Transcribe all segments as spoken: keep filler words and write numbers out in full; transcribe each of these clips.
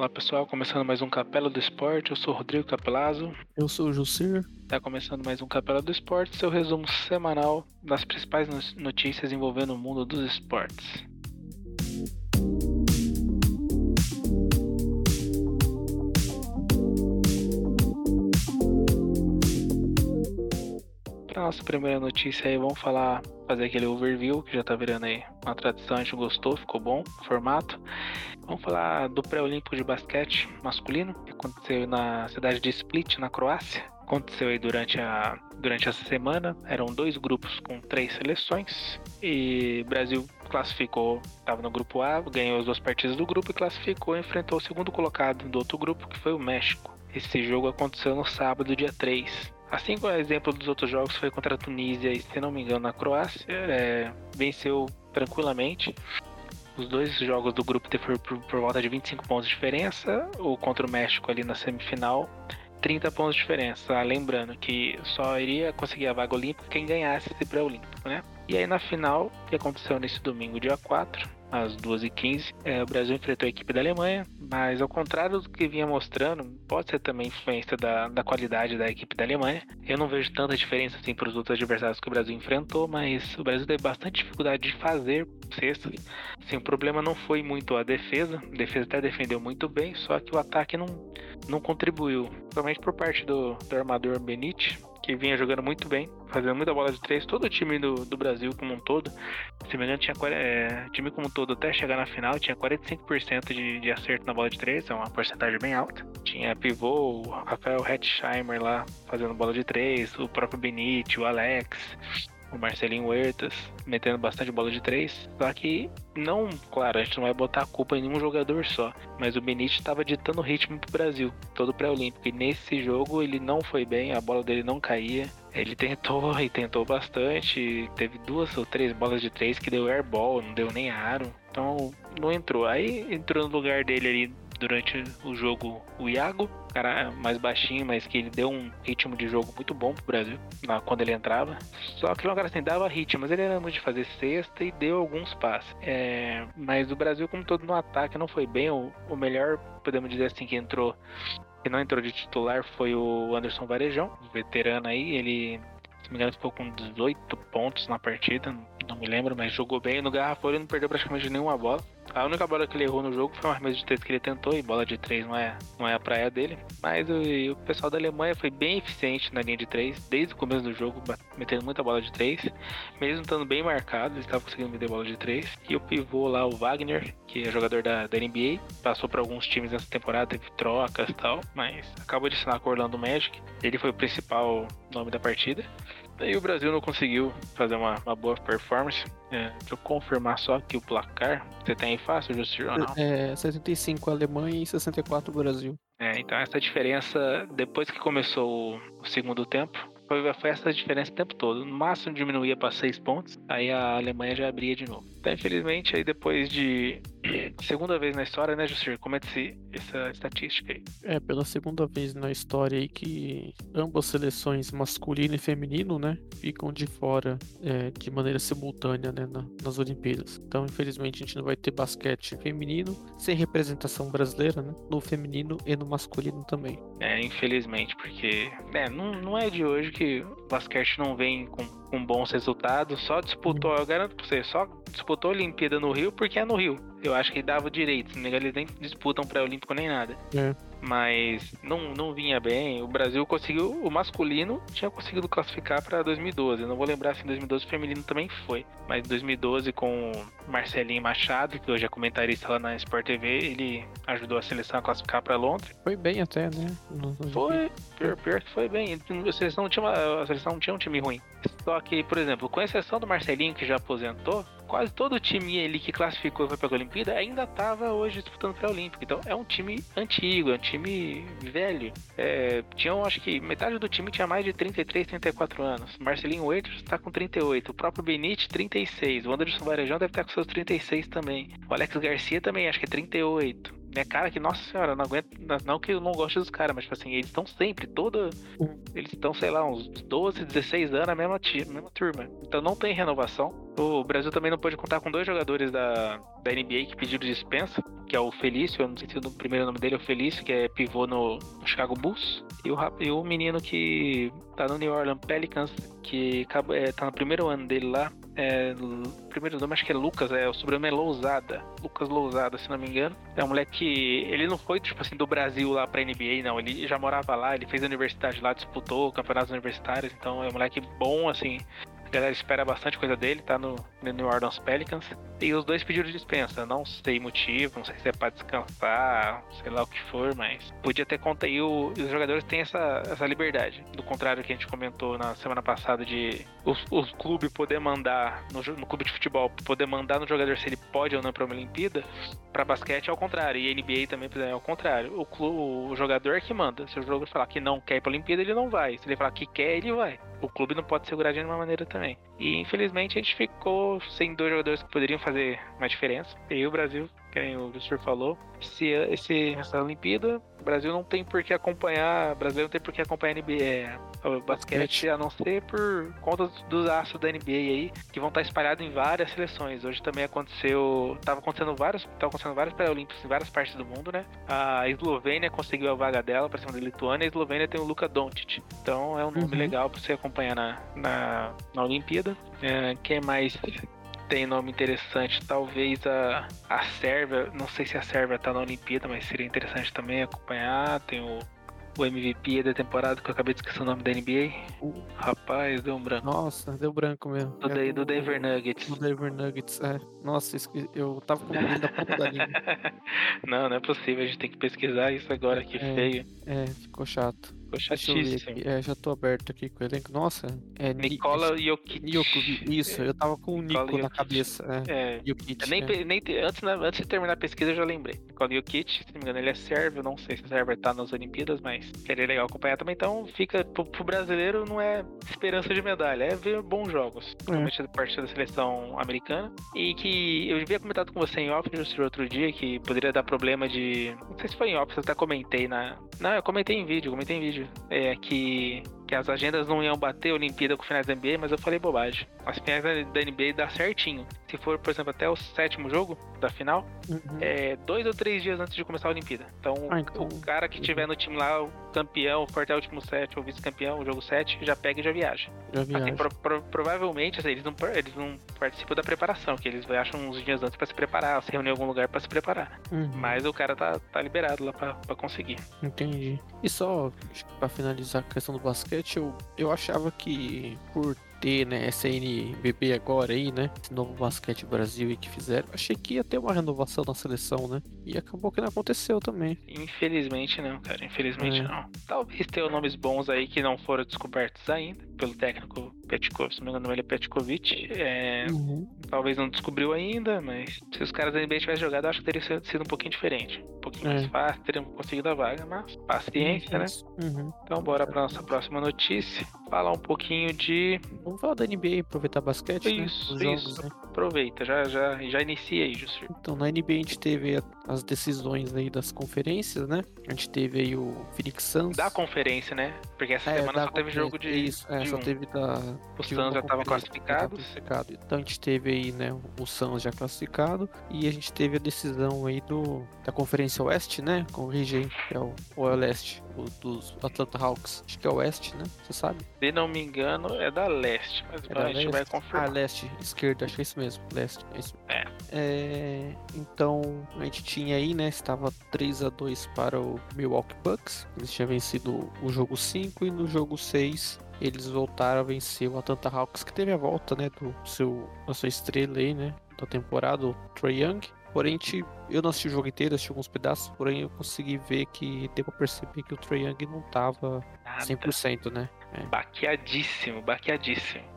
Olá pessoal, começando mais um Capela do Esporte, eu sou o Rodrigo Capelazzo. Eu sou o Jussir. Está começando mais um Capela do Esporte, seu resumo semanal das principais notícias envolvendo o mundo dos esportes. Para nossa primeira notícia aí, vamos falar, fazer aquele overview que já tá virando aí uma tradição, a gente gostou, ficou bom o formato. Vamos falar do pré-olímpico de basquete masculino, que aconteceu na cidade de Split, na Croácia. Aconteceu aí durante, a, durante essa semana, eram dois grupos com três seleções, e o Brasil classificou, estava no grupo A, ganhou as duas partidas do grupo e classificou e enfrentou o segundo colocado do outro grupo, que foi o México. Esse jogo aconteceu no sábado, dia três. Assim como o exemplo dos outros jogos foi contra a Tunísia e, se não me engano, na Croácia, é, venceu tranquilamente. Os dois jogos do grupo foram por, por volta de vinte e cinco pontos de diferença, ou contra o México ali na semifinal, trinta pontos de diferença. Lembrando que só iria conseguir a vaga olímpica quem ganhasse esse pré-olímpico, né? E aí na final, que aconteceu nesse domingo, dia quatro, às duas e quinze, é, o Brasil enfrentou a equipe da Alemanha, mas ao contrário do que vinha mostrando, pode ser também influência da, da qualidade da equipe da Alemanha. Eu não vejo tanta diferença assim para os outros adversários que o Brasil enfrentou, mas o Brasil teve bastante dificuldade de fazer cestas. Assim, o problema não foi muito a defesa, a defesa até defendeu muito bem, só que o ataque não, não contribuiu, principalmente por parte do, do armador Benite, que vinha jogando muito bem, fazendo muita bola de três. Todo o time do, do Brasil como um todo, se me engano, tinha é, time como um todo até chegar na final, tinha quarenta e cinco por cento de, de acerto na bola de três, é uma porcentagem bem alta. Tinha pivô, o Rafael Hetzheimer lá fazendo bola de três, o próprio Benite, o Alex, o Marcelinho Huertas metendo bastante bola de três. Só que não, claro, a gente não vai botar a culpa em nenhum jogador só, mas o Benite estava ditando o ritmo pro Brasil, todo pré-olímpico, e nesse jogo ele não foi bem, a bola dele não caía. Ele tentou e tentou bastante, teve duas ou três bolas de três que deu airball, não deu nem aro, então não entrou. Aí entrou no lugar dele ali durante o jogo o Iago, cara mais baixinho, mas que ele deu um ritmo de jogo muito bom pro Brasil lá, quando ele entrava. Só que o cara assim, dava ritmo, mas ele era muito de fazer cesta e deu alguns passes. É, mas o Brasil como todo no ataque não foi bem. O, o melhor, podemos dizer assim, que entrou, que não entrou de titular, foi o Anderson Varejão, veterano aí. Ele, se me engano, ficou com dezoito pontos na partida, não me lembro, mas jogou bem. No garrafão ele não perdeu praticamente nenhuma bola. A única bola que ele errou no jogo foi uma arremesso de três que ele tentou, e bola de três não é, não é a praia dele. Mas o, o pessoal da Alemanha foi bem eficiente na linha de três, desde o começo do jogo, metendo muita bola de três. Mesmo estando bem marcado, eles estavam conseguindo meter bola de três. E o pivô lá, o Wagner, que é jogador da, da N B A, passou por alguns times nessa temporada, teve trocas e tal, mas acabou de assinar com o Orlando Magic. Ele foi o principal nome da partida. E o Brasil não conseguiu fazer uma, uma boa performance. É, deixa eu confirmar só que o placar, você tem aí fácil, Justir, ou não? É setenta e cinco Alemanha e sessenta e quatro Brasil. É, então essa diferença, depois que começou o, o segundo tempo, foi, foi essa diferença o tempo todo. No máximo diminuía para seis pontos, aí a Alemanha já abria de novo. Então, infelizmente, aí depois de segunda vez na história, né, Justir? Comenta-se essa estatística aí. É, pela segunda vez na história aí que ambas seleções, masculino e feminino, né, ficam de fora é, de maneira simultânea, né, na, nas Olimpíadas. Então, infelizmente, a gente não vai ter basquete feminino sem representação brasileira, né, no feminino e no masculino também. É, infelizmente, porque é, não, não é de hoje que o basquete não vem com, com bons resultados, só disputou, hum. eu garanto pra você, só disputou a Olimpíada no Rio porque é no Rio. Eu acho que dava direito, se não me engano, eles nem disputam pré-olímpico nem nada. É. Mas não, não vinha bem. O Brasil conseguiu, o masculino tinha conseguido classificar para dois mil e doze. Eu não vou lembrar se em dois mil e doze o feminino também foi. Mas em dois mil e doze, com o Marcelinho Machado, que hoje é comentarista lá na Sport T V, ele ajudou a seleção a classificar para Londres. Foi bem até, né? No, no foi, pior, pior que foi bem. A seleção, não tinha uma, a seleção não tinha um time ruim. Só que, por exemplo, com exceção do Marcelinho, que já aposentou, quase todo o time ali que classificou e foi para a Olimpíada ainda estava hoje disputando pré-olímpico. Então é um time antigo, é um time velho. É, tinham, acho que metade do time tinha mais de trinta e três, trinta e quatro anos. Marcelinho Huertas está com trinta e oito, o próprio Benite trinta e seis, o Anderson Varejão deve estar com seus trinta e seis também. O Alex Garcia também, acho que é trinta e oito. é cara que, nossa senhora, eu não aguento. Não que eu não goste dos caras, mas tipo assim, eles estão sempre, toda. Eles estão, sei lá, uns doze, dezesseis anos, a mesma, tia, mesma turma. Então não tem renovação. O Brasil também não pôde contar com dois jogadores da, da N B A que pediram dispensa, que é o Felício, eu não sei se o primeiro nome dele é o Felício, que é pivô no, no Chicago Bulls, e o, e o menino que tá no New Orleans Pelicans, que acabou, é, tá no primeiro ano dele lá. É, o primeiro nome acho que é Lucas, é, o sobrenome é Lousada, Lucas Lousada, se não me engano. É um moleque que, ele não foi, tipo assim, do Brasil lá pra N B A, não, ele já morava lá, ele fez a universidade lá, disputou campeonatos universitários, então é um moleque bom, assim, a galera espera bastante coisa dele, tá no, no New Orleans Pelicans. E os dois pediram dispensa, não sei motivo, não sei se é pra descansar, sei lá o que for, mas podia ter conta. E o, os jogadores têm essa, essa liberdade, do contrário que a gente comentou na semana passada de o, o clube poder mandar, no, no clube de futebol, poder mandar no jogador se ele pode ou não pra uma Olimpíada. Pra basquete é ao contrário, e N B A também é ao contrário. O, clube, o jogador é que manda. Se o jogador falar que não quer ir pra Olimpíada, ele não vai. Se ele falar que quer, ele vai. O clube não pode segurar de nenhuma maneira também. E infelizmente a gente ficou sem dois jogadores que poderiam fazer uma diferença. E o Brasil, que o Justur falou, esse, esse, essa Olimpíada, o Brasil não tem por que acompanhar, o Brasil não tem por que acompanhar a N B A, é, o basquete, a não ser por conta dos astros da N B A aí, que vão estar espalhados em várias seleções. Hoje também aconteceu, tava acontecendo vários, tava acontecendo vários pré-olímpicos em várias partes do mundo, né? A Eslovênia conseguiu a vaga dela para cima da Lituânia, a Eslovênia tem o Luka Doncic. Então é um nome uhum. legal para você acompanhar na, na, na Olimpíada. É, quem mais tem nome interessante? Talvez a, a Sérvia, não sei se a Sérvia tá na Olimpíada, mas seria interessante também acompanhar. Tem o, o M V P da temporada, que eu acabei de esquecer o nome da N B A. Uh, rapaz, deu um branco. Nossa, deu branco mesmo. Do, é do, do Denver Nuggets. Do Denver Nuggets, é. Nossa, eu tava com o nome da ponta da língua. Não, não é possível, a gente tem que pesquisar isso agora, que é, feio. É, ficou chato. Ficou chatíssimo. É, já tô aberto aqui com o elenco. Nossa, é Nikola Jokic. Jokic. Isso, eu tava com o Nico Jokic na cabeça. É, é. Jokic, nem, é. nem, antes, antes de terminar a pesquisa eu já lembrei. Nikola Jokic, se não me engano, ele é sérvio. Não sei se o sérvio tá nas Olimpíadas, mas seria legal acompanhar também. Então, fica pro, pro brasileiro, não é esperança de medalha, é ver bons jogos. Principalmente é. a partir da seleção americana. E que eu havia comentado com você em off outro dia que poderia dar problema de. Não sei se foi em off, eu até comentei na. Não, eu comentei em vídeo, comentei em vídeo. É que, que as agendas não iam bater a Olimpíada com finais da N B A, mas eu falei bobagem. As finais da N B A dá certinho. Se for, por exemplo, até o sétimo jogo da final, uhum. é dois ou três dias antes de começar a Olimpíada. Então, ah, então... o cara que tiver no time lá, o campeão, for até o último set, ou vice-campeão, o jogo sete, já pega e já viaja. Já viaja. Assim, pro, pro, provavelmente, assim, eles, não, eles não participam da preparação, que eles acham uns dias antes pra se preparar, se reunir em algum lugar pra se preparar. Uhum. Mas o cara tá, tá liberado lá pra, pra conseguir. Entendi. E só, pra finalizar a questão do basquete, eu, eu achava que por ter, né, essa N B B agora aí, né, esse novo basquete Brasil aí que fizeram, achei que ia ter uma renovação na seleção, né, e acabou que não aconteceu também. Infelizmente não, cara, infelizmente é. não. Talvez tenha nomes bons aí que não foram descobertos ainda, pelo técnico Petkov, se não me engano ele é Petkovic, é... uhum. talvez não descobriu ainda, mas se os caras da N B A tivessem jogado, eu acho que teria sido um pouquinho diferente, um pouquinho é. mais fácil, teriam conseguido a vaga, mas paciência, né? Uhum. Então bora pra nossa próxima notícia, falar um pouquinho de... Vamos falar da N B A, aproveitar basquete, isso, né? Os isso. jogos, né? Aproveita, já, já, já inicia aí, Justur. Então, na N B A a gente teve as decisões aí das conferências, né? A gente teve aí o Phoenix Suns. Da conferência, né? Porque essa é, semana só teve jogo de... Isso, é, de só um. teve da... Os Suns já estavam classificados. classificado. Então a gente teve aí, né, o Suns já classificado e a gente teve a decisão aí do, da Conferência Oeste, né? Corrige aí, que é o, o Leste, o dos Atlanta Hawks. Acho que é o Oeste, né? Você sabe? Se não me engano, é da Leste, mas é a gente leste? vai confirmar. Ah, Leste, esquerda, acho que é isso mesmo. Leste, é isso. É. É, então a gente tinha aí, né? Estava três a dois para o Milwaukee Bucks. Eles tinham vencido o jogo cinco e no jogo seis eles voltaram a vencer o Atlanta Hawks, que teve a volta, né, do seu, da sua estrela aí, né, da temporada, o Trae Young. Porém, eu não assisti o jogo inteiro, assisti alguns pedaços, porém eu consegui ver que deu pra perceber que o Trae Young não tava cem por cento, né? É. Baqueadíssimo, baqueadíssimo.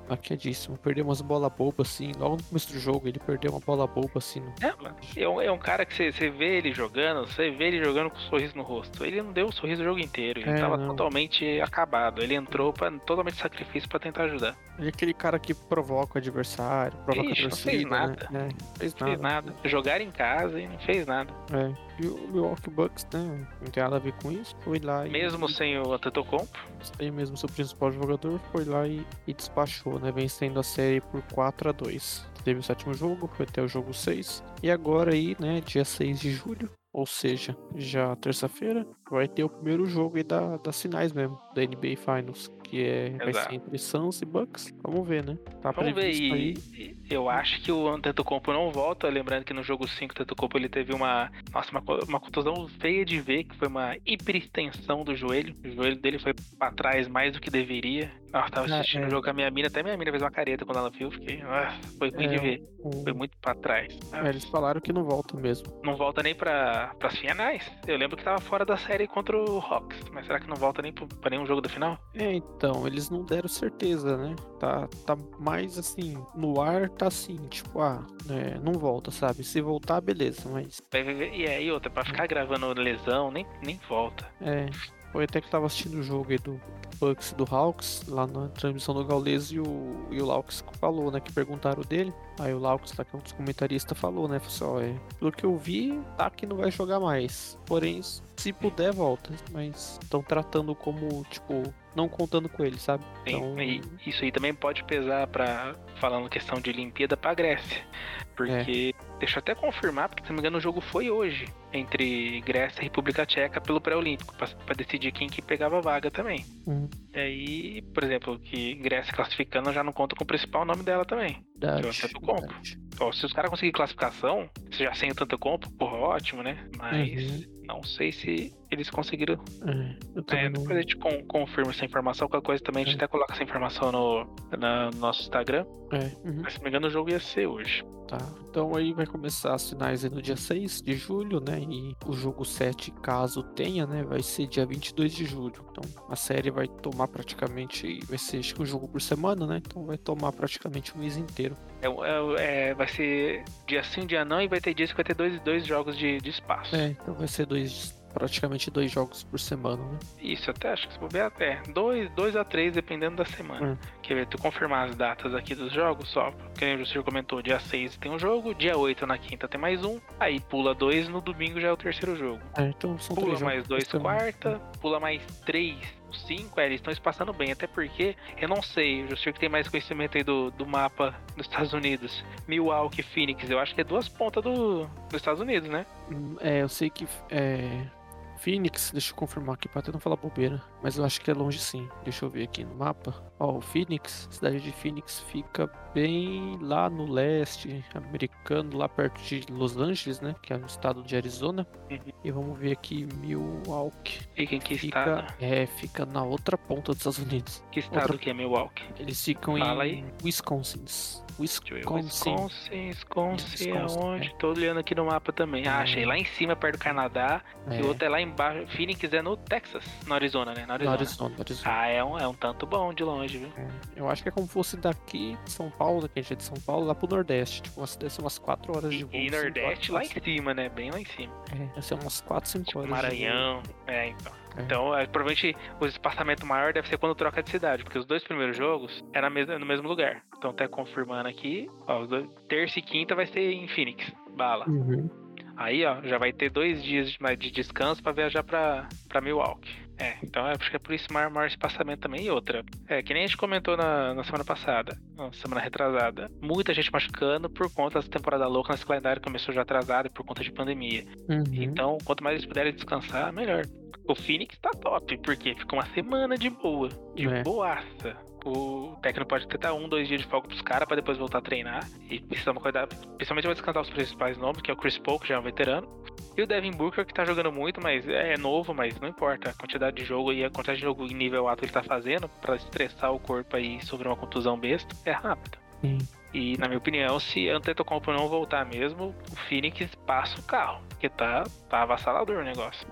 Laqueadíssimo. Perdeu umas bolas bobas, assim. Logo no começo do jogo, ele perdeu uma bola boba, assim. No... É, mano. É um, é um cara que você, você vê ele jogando, você vê ele jogando com um sorriso no rosto. Ele não deu um sorriso o jogo inteiro. Ele É, tava não. totalmente acabado. Ele entrou pra totalmente sacrifício pra tentar ajudar. Ele é aquele cara que provoca o adversário, provoca Ixi, a não fez torcida, nada. né? É, fez Não fez nada. nada. Jogaram em casa e não fez nada. É. E o Milwaukee Bucks, né? Não tem nada a ver com isso. Foi lá e. Mesmo sem o Antetokounmpo. Tem mesmo seu principal jogador, foi lá e, e despachou, né? Vencendo a série por quatro a dois. Teve o sétimo jogo, foi até o jogo seis. E agora aí, né, dia seis de julho, ou seja, já terça-feira, vai ter o primeiro jogo aí da, das finais mesmo, da N B A Finals, que é, vai ser Exato. entre Suns e Bucks. Vamos ver, né? Tá Vamos ver. previsto aí. E e eu acho que o Antetokounmpo não volta. Lembrando que no jogo cinco o Antetokounmpo ele teve uma, nossa, uma, co- uma contusão feia de ver, que foi uma hiperextensão do joelho. O joelho dele foi pra trás mais do que deveria. Nossa, tava Ah, assistindo é. o jogo com a minha mina, até minha mina fez uma careta quando ela viu. Fiquei, ah, foi ruim de É, ver. o- Foi muito pra trás. Ah, é, eles falaram que não volta mesmo. não volta nem pra, pras finais. Eu lembro que tava fora da série contra o Hawks, mas será que não volta nem pro- pra nenhum jogo da final? É, então, eles não deram certeza, né? Tá, tá mais assim, no ar tá assim, tipo, ah, é, não volta, sabe? Se voltar, beleza, mas Vai ver- E aí, outra, pra ficar gravando lesão, nem, nem volta. é. Foi até que tava assistindo o jogo aí do Bucks e do Hawks, lá na transmissão do Gaules, e o, e o Laux falou, né? Que perguntaram dele. Aí o Laux, lá que é um dos comentaristas, falou, né? Falou assim, ó, é, pelo que eu vi, tá que não vai jogar mais. Porém, se puder, volta. Mas estão tratando como, tipo, não contando com ele, sabe? Sim, Então, e isso aí também pode pesar pra, falando questão de Olimpíada, pra Grécia. Porque, deixa eu até confirmar, porque se não me engano o jogo foi hoje, entre Grécia e República Tcheca pelo pré-olímpico, pra, pra decidir quem que pegava a vaga também. hum, E aí, por exemplo, que Grécia classificando já não conta com o principal nome dela também. verdade, Que é o Antetokounmpo. verdade. Ó, se os caras conseguirem classificação, se já sem o Antetokounmpo, porra, ótimo, né? Mas Uhum. não sei se eles conseguiram. É, eu também É, não... depois a gente con- confirma essa informação. Qualquer coisa também a gente É. até coloca essa informação no, na- no nosso Instagram. É, uhum. Mas se não me engano, o jogo ia ser hoje. Tá, então aí vai começar as finais aí no dia seis de julho, né? E o jogo sete, caso tenha, né? Vai ser dia vinte e dois de julho. Então a série vai tomar praticamente. Vai ser acho que um jogo por semana, né? Então vai tomar praticamente um mês inteiro. É, é- é- vai ser dia sim, dia não, e vai ter dias que vai ter dois, dois jogos de, de espaço. É, então vai ser dois. Praticamente dois jogos por semana, né? Isso, até acho que se bobear até. Dois, dois a três, dependendo da semana. Quer ver, tu confirmar as datas aqui dos jogos, só. Porque o Justir comentou, dia seis tem um jogo, dia oito na quinta tem mais um. Aí pula dois, no domingo já é o terceiro jogo. É, então são Pula três jogos mais dois por semana. quarta, pula mais três cinco, é, eles estão espaçando bem, até porque eu não sei, o Justir que tem mais conhecimento aí do, do mapa dos Estados Unidos. Milwaukee, Phoenix, eu acho que é duas pontas do, dos Estados Unidos, né? Hum, É, eu sei que é, Phoenix, deixa eu confirmar aqui pra até não falar bobeira, mas eu acho que é longe sim. Deixa eu ver aqui no mapa. Ó, o Phoenix, a cidade de Phoenix fica bem lá no leste americano, lá perto de Los Angeles, né? Que é no estado de Arizona. Uhum. E vamos ver aqui Milwaukee. Fica em que Fica, estado? é, fica na outra ponta dos Estados Unidos. Que estado outra- que é Milwaukee? Eles ficam Fala em aí. Wisconsin. Deixa eu ver. Wisconsin. Wisconsin, Wisconsin, Wisconsin, aonde? Tô olhando aqui no mapa também. Ah, achei lá em cima, perto do Canadá. É, E o outro é lá embaixo. Phoenix é no Texas, no Arizona, né? No no Arizona. Arizona, Arizona. Ah, é um, é um tanto bom de longe, viu? É, eu acho que é como fosse daqui de São Paulo, que a gente é de São Paulo, lá pro Nordeste. Tipo, umas, deve ser umas quatro horas de E, voo. e cinco Nordeste lá horas, em cima, né? Bem lá em cima. É, deve ser umas quatro, cinco Tipo horas. de Maranhão. É, então. É. Então, é, provavelmente o espaçamento maior deve ser quando troca de cidade, porque os dois primeiros jogos eram no mesmo lugar. Então, até confirmando aqui, ó, os dois, terça e quinta vai ser em Phoenix, bala. voo. Uhum. Aí, ó, já vai ter dois dias de, de descanso pra viajar pra, pra Milwaukee. É, então é, acho que é por isso maior, maior espaçamento também. E outra, é, que nem a gente comentou na, na semana passada, na semana retrasada, muita gente machucando por conta dessa temporada louca, nesse calendário começou já atrasado por conta de pandemia. Uhum. Então, quanto mais eles puderem descansar, melhor. O Phoenix tá top, porque fica uma semana de boa, de É. boaça. O técnico pode tentar um, dois dias de folga pros caras pra depois voltar a treinar. E precisamos cuidar, principalmente vai descansar os principais nomes, que é o Chris Paul, que já é um veterano. E o Devin Booker, que tá jogando muito, mas é novo, mas não importa. A quantidade de jogo e a quantidade de jogo em nível alto que ele tá fazendo, pra estressar o corpo aí sobre uma contusão besta, é rápido. Sim. E, na minha opinião, se Antetokounmpo não voltar mesmo, o Phoenix passa o carro. Porque tá, tá avassalador o negócio. Sim.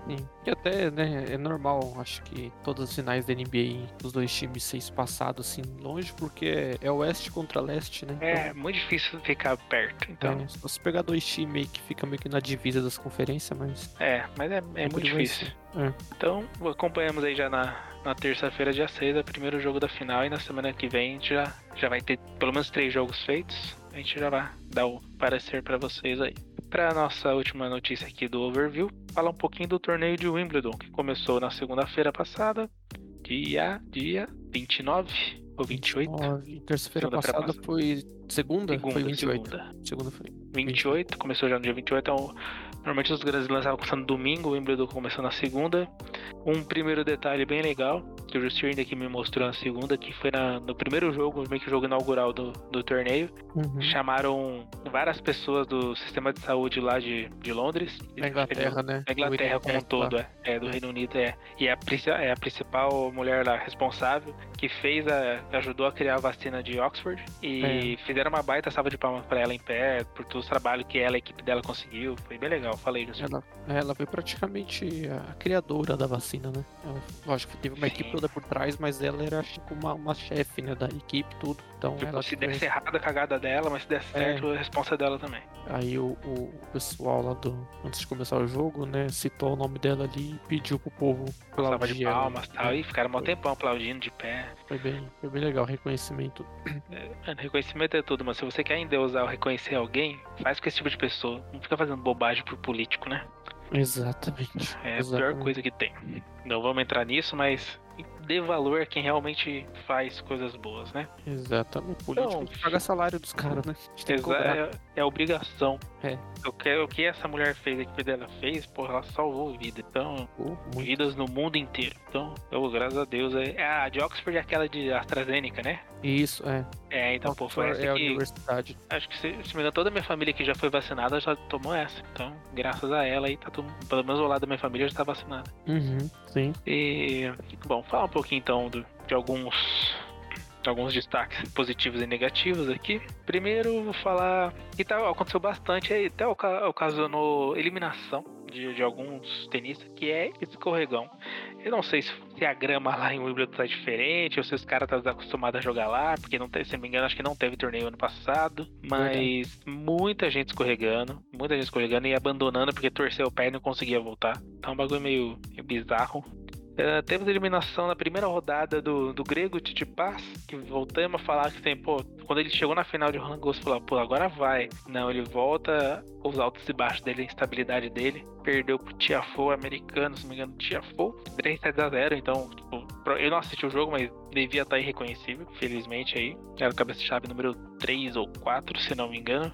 E até, né, é normal, acho que todas as finais da N B A, os dois times ser espaçados assim longe, porque é oeste contra leste, né? É Então, muito difícil ficar perto, então. é, se você pegar dois times aí que fica meio que na divisa das conferências, mas É, mas é, é muito sempre vai difícil. ser. É. Então, acompanhamos aí já na, na terça-feira, dia seis, o primeiro jogo da final. E na semana que vem a gente já, já vai ter pelo menos três jogos feitos. A gente já vai dar o parecer pra vocês aí. Pra nossa última notícia aqui do overview, falar um pouquinho do torneio de Wimbledon, que começou na segunda-feira passada, dia, dia vinte e nove ou vinte e oito. vinte e nove. Terça-feira Segunda-feira passada passada. foi segunda? Segunda, Foi vinte e oito. segunda. Segunda foi vinte e oito, começou já no dia vinte e oito, então normalmente os grandes lançavam começando no domingo, o Wimbledon começou na segunda. Um primeiro detalhe bem legal, que o Justin ainda que me mostrou na segunda, que foi na, no primeiro jogo, meio que o jogo inaugural do, do torneio. Uhum. Chamaram várias pessoas do sistema de saúde lá de, de Londres. Da Inglaterra, né? Da Inglaterra como um todo, é, é, do Reino Unido, é. E é a, é a principal mulher lá responsável, que fez a, ajudou a criar a vacina de Oxford. E é. fizeram uma baita salva de palmas pra ela em pé, por todo o trabalho que ela, a equipe dela conseguiu. Foi bem legal, falei disso. Ela, ela foi praticamente a criadora da vacina, né? Ela, lógico que teve uma Sim. equipe toda por trás, mas ela era tipo uma, uma chefe, né, da equipe, tudo. Então, tipo, ela se desse errado a cagada dela, mas se desse é. certo, a responsa dela também. Aí o, o pessoal lá do, antes de começar o jogo, né, citou o nome dela ali e pediu pro povo aplaudir de palmas e tal, é. e ficaram um tempão aplaudindo de pé. Foi bem, foi bem legal, reconhecimento. É, reconhecimento é tudo, mas se você quer endeusar ou reconhecer alguém, faz com esse tipo de pessoa. Não fica fazendo bobagem pro político, né? Exatamente. É Exatamente. a pior coisa que tem. Não vamos entrar nisso, mas dê valor a quem realmente faz coisas boas, né? Exatamente. O político então, paga salário dos caras, né? É, é obrigação. É. O que, o que essa mulher fez, a equipe dela fez, porra, ela salvou vida. Então, oh, vidas no mundo inteiro. Então, eu, graças a Deus. É, a de Oxford é aquela de AstraZeneca, né? Isso, é. É, então, pô, foi essa é a que... universidade. Acho que, se, se me engano, toda a minha família que já foi vacinada já tomou essa. Então, graças a ela aí, tá tudo... Pelo menos o lado da minha família já tá vacinado. Uhum, sim. E... Bom, fala um pouquinho, então, do, de alguns... alguns destaques positivos e negativos aqui. Primeiro, vou falar que tá, aconteceu bastante, até ocasionou eliminação de, de alguns tenistas, que é escorregão. Eu não sei se, se a grama lá em Wimbledon tá diferente, ou se os caras estão acostumados a jogar lá, porque não tem, se não me engano, acho que não teve torneio ano passado, mas Verdade. muita gente escorregando, muita gente escorregando e abandonando porque torceu o pé e não conseguia voltar. Então é um bagulho meio, meio bizarro. Uh, temos a eliminação na primeira rodada do, do grego Tsitsipas, que voltamos a falar que tem, pô, quando ele chegou na final de Roland Garros, falou, pô, agora vai. Não, ele volta os altos e baixos dele, a instabilidade dele. Perdeu pro Tiafoe americano, se não me engano, Tiafoe, três sets a zero, então, tipo, eu não assisti o jogo, mas devia estar irreconhecível, felizmente aí. Era o cabeça-chave número três ou quatro, se não me engano.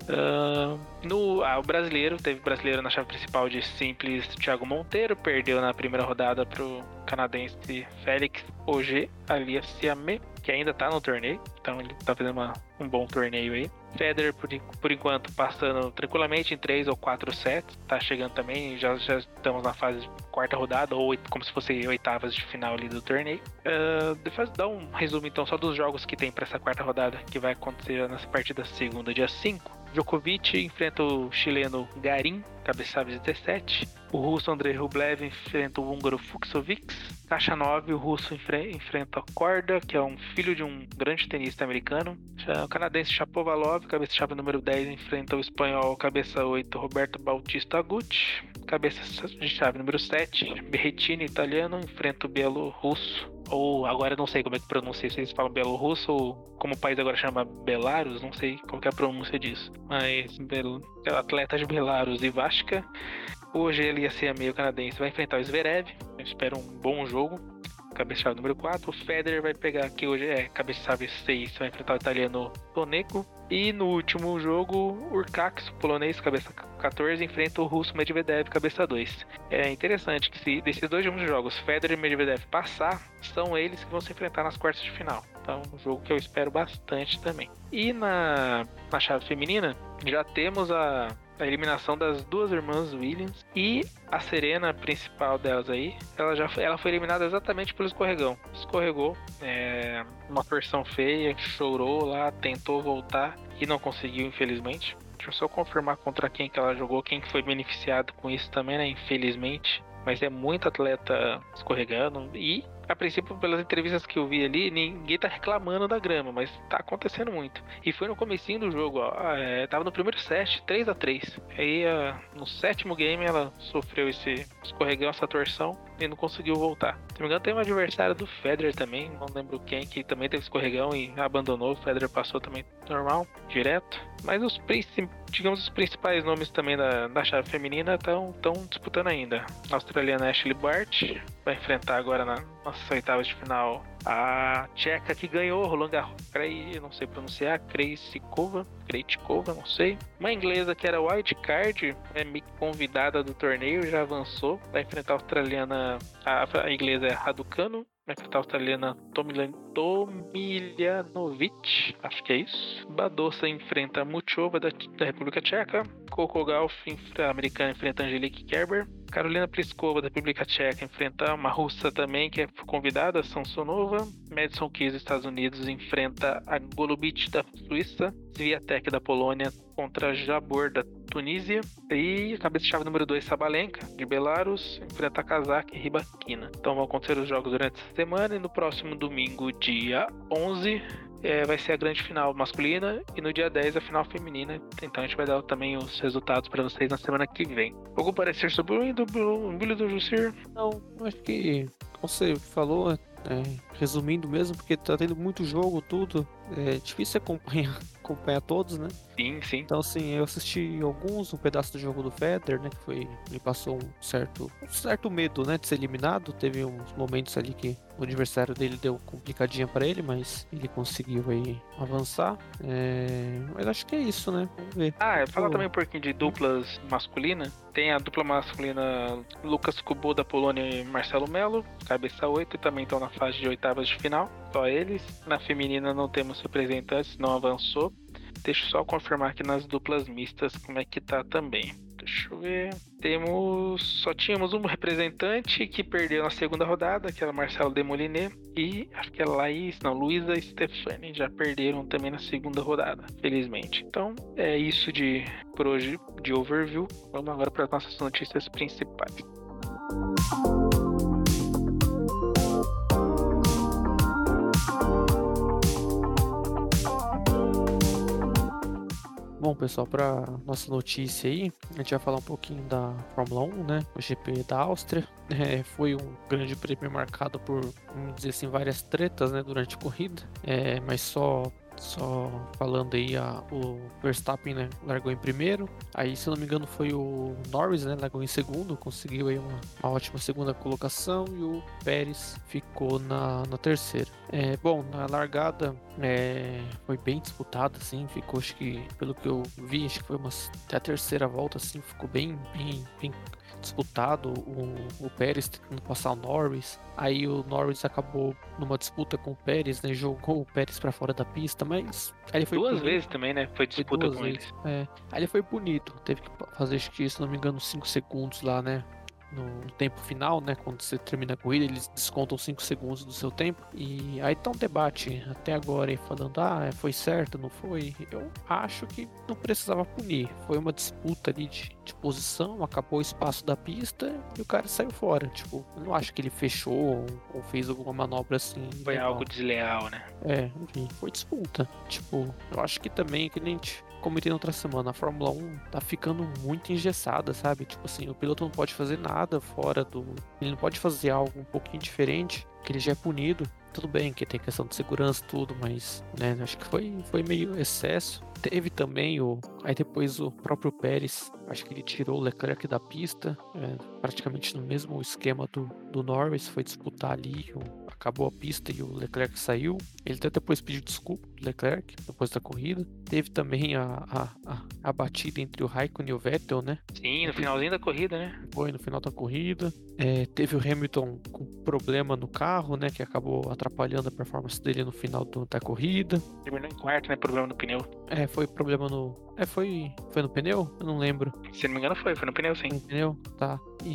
Uh, no ah, o brasileiro, teve brasileiro na chave principal de simples, Thiago Monteiro, perdeu na primeira rodada pro canadense Félix Auger-Aliassime, que ainda tá no torneio, então ele tá fazendo uma, um bom torneio aí. Federer, por, por enquanto, passando tranquilamente em três ou quatro sets, tá chegando também, já, já estamos na fase de quarta rodada, ou como se fosse oitavas de final ali do torneio. Uh, deixa eu dar um resumo então só dos jogos que tem para essa quarta rodada, que vai acontecer nessa partida segunda, dia cinco. Djokovic enfrenta o chileno Garim, cabeça-chave dezessete. O russo Andrei Rublev enfrenta o húngaro Fucsovics. Caixa nove, o russo enfre- enfrenta Korda, que é um filho de um grande tenista americano. O canadense Shapovalov, cabeça-chave número dez, enfrenta o espanhol cabeça oito, Roberto Bautista Agut. Cabeça-chave número sete, Berrettini, italiano, enfrenta o bielorrusso. Ou agora eu não sei como é que pronuncia, se eles falam bielorrusso ou como o país agora chama Belarus, não sei qual que é a pronúncia disso. Mas Bel... atletas de Belarus e Vasca. Hoje ele ia ser a meio canadense, vai enfrentar o Zverev. Eu espero um bom jogo. Cabeça-chave número quatro. O Federer vai pegar aqui hoje, é cabeça-chave seis, vai enfrentar o italiano Toneco. E no último jogo, Urcax, polonês, cabeça quatorze, enfrenta o russo Medvedev, cabeça dois. É interessante que se desses dois jogos, Federer e Medvedev passar, são eles que vão se enfrentar nas quartas de final. Então, um jogo que eu espero bastante também. E na, na chave feminina, já temos a, a eliminação das duas irmãs Williams e a Serena, principal delas aí, ela já foi, ela foi eliminada exatamente pelo escorregão. Escorregou, é, uma versão feia, chorou lá, tentou voltar e não conseguiu, infelizmente. Deixa eu só confirmar contra quem que ela jogou, quem que foi beneficiado com isso também, né? Infelizmente. mas é muito atleta escorregando e, a princípio, pelas entrevistas que eu vi ali, ninguém tá reclamando da grama, mas tá acontecendo muito. E foi no comecinho do jogo, ó, é, tava no primeiro set, três a três. Aí, no sétimo game, ela sofreu esse escorregão, essa torção, e não conseguiu voltar. Se não me engano, tem um adversário do Federer também, não lembro quem, que também teve escorregão e abandonou. O Federer passou também normal, direto. Mas os, digamos, os principais nomes também da, da chave feminina estão disputando ainda. A australiana Ashley Bart vai enfrentar agora na nossa oitavas de final a tcheca que ganhou Roland Garros, eu não sei pronunciar, Krejcikova, Krejcikova, não sei. Uma inglesa que era wild card, é meio que convidada do torneio, já avançou, vai enfrentar a australiana, a, a inglesa é Raducanu, vai enfrentar a australiana Tomiljanovic, acho que é isso. Badosa enfrenta a Muchova da, da República Tcheca. Coco Gauff, a americana, enfrenta a Angelique Kerber. Carolina Pliskova da República Tcheca enfrenta uma russa também, que é convidada, Samsonova. Madison Keys dos Estados Unidos enfrenta a Golubic da Suíça. Swiatek da Polônia contra Jabor da Tunísia. E a cabeça-chave número dois, Sabalenka, de Belarus, enfrenta a Kazakh e Rybakina. Então vão acontecer os jogos durante essa semana e no próximo domingo, dia onze, é, vai ser a grande final masculina e no dia dez a final feminina. Então a gente vai dar também os resultados para vocês na semana que vem. Algum parecer sobre o Emílio do Jussier? Não, acho que você falou, é, resumindo mesmo, porque tá tendo muito jogo, tudo. É difícil acompanhar, acompanhar todos, né? Sim, sim. Então, assim, eu assisti alguns, um pedaço do jogo do Federer, né? Que foi. Ele passou um certo, um certo medo, né? De ser eliminado. Teve uns momentos ali que o adversário dele deu complicadinha pra ele, mas ele conseguiu aí avançar. É... Mas acho que é isso, né? Vamos ver. Ah, falar também um pouquinho de duplas masculina. Tem a dupla masculina Lucas Kubot da Polônia e Marcelo Melo, cabeça oito, e também estão na fase de oitavas de final. Só eles. Na feminina não temos representantes, não avançou. Deixa eu só confirmar aqui nas duplas mistas como é que tá também. Deixa eu ver. Temos. Só tínhamos um representante que perdeu na segunda rodada, que era Marcelo Demoliné. E acho que é Laís, não, Luísa Stefani. Já perderam também na segunda rodada, felizmente. Então é isso de por hoje de overview. Vamos agora para as nossas notícias principais. Bom, pessoal, para nossa notícia aí, a gente vai falar um pouquinho da Fórmula um, né? O G P da Áustria. É, foi um grande prêmio marcado por, vamos dizer assim, várias tretas, né, durante a corrida. É, mas só Só falando aí, a, o Verstappen, né, largou em primeiro. Aí, se eu não me engano, foi o Norris, né, largou em segundo, conseguiu aí uma, uma ótima segunda colocação. E o Pérez ficou na, na terceira. É, bom, na largada é, foi bem disputado, assim, ficou, acho que, pelo que eu vi, acho que foi uma, até a terceira volta, assim, ficou bem, bem, bem disputado. O, o Pérez tentando passar o Norris. Aí o Norris acabou numa disputa com o Pérez, né? Jogou o Pérez pra fora da pista, mas aí ele foi duas punido. vezes também, né? Foi disputa foi com vezes. eles. É. Aí ele foi punido. Teve que fazer, acho que, se não me engano, cinco segundos lá, né? No tempo final, né? Quando você termina a corrida, eles descontam cinco segundos do seu tempo. E aí tá um debate até agora aí falando, ah, foi certo, não foi? Eu acho que não precisava punir. Foi uma disputa ali de, de posição, acabou o espaço da pista e o cara saiu fora. Tipo, eu não acho que ele fechou ou, ou fez alguma manobra assim. Foi legal. algo desleal, né? É, enfim, foi disputa. Tipo, eu acho que também que a gente comentei na outra semana, a Fórmula um tá ficando muito engessada, sabe? Tipo assim, o piloto não pode fazer nada fora do... Ele não pode fazer algo um pouquinho diferente, que ele já é punido. Tudo bem que tem questão de segurança, tudo, mas, né, acho que foi, foi meio excesso. Teve também o... Aí depois o próprio Pérez, acho que ele tirou o Leclerc da pista, é, praticamente no mesmo esquema do, do Norris, foi disputar ali, o, acabou a pista e o Leclerc saiu. Ele até depois pediu desculpa do Leclerc, depois da corrida. Teve também a, a, a, a batida entre o Raikkonen e o Vettel, né? Sim, no finalzinho da corrida, né? Foi no final da corrida. É, teve o Hamilton com problema no carro, né? Que acabou atrapalhando a performance dele no final do, da corrida. Terminou em quarto, né? Problema no pneu. É, foi problema no... É, foi, foi no pneu? Eu não lembro. Se não me engano foi, foi no pneu sim. No pneu? Tá.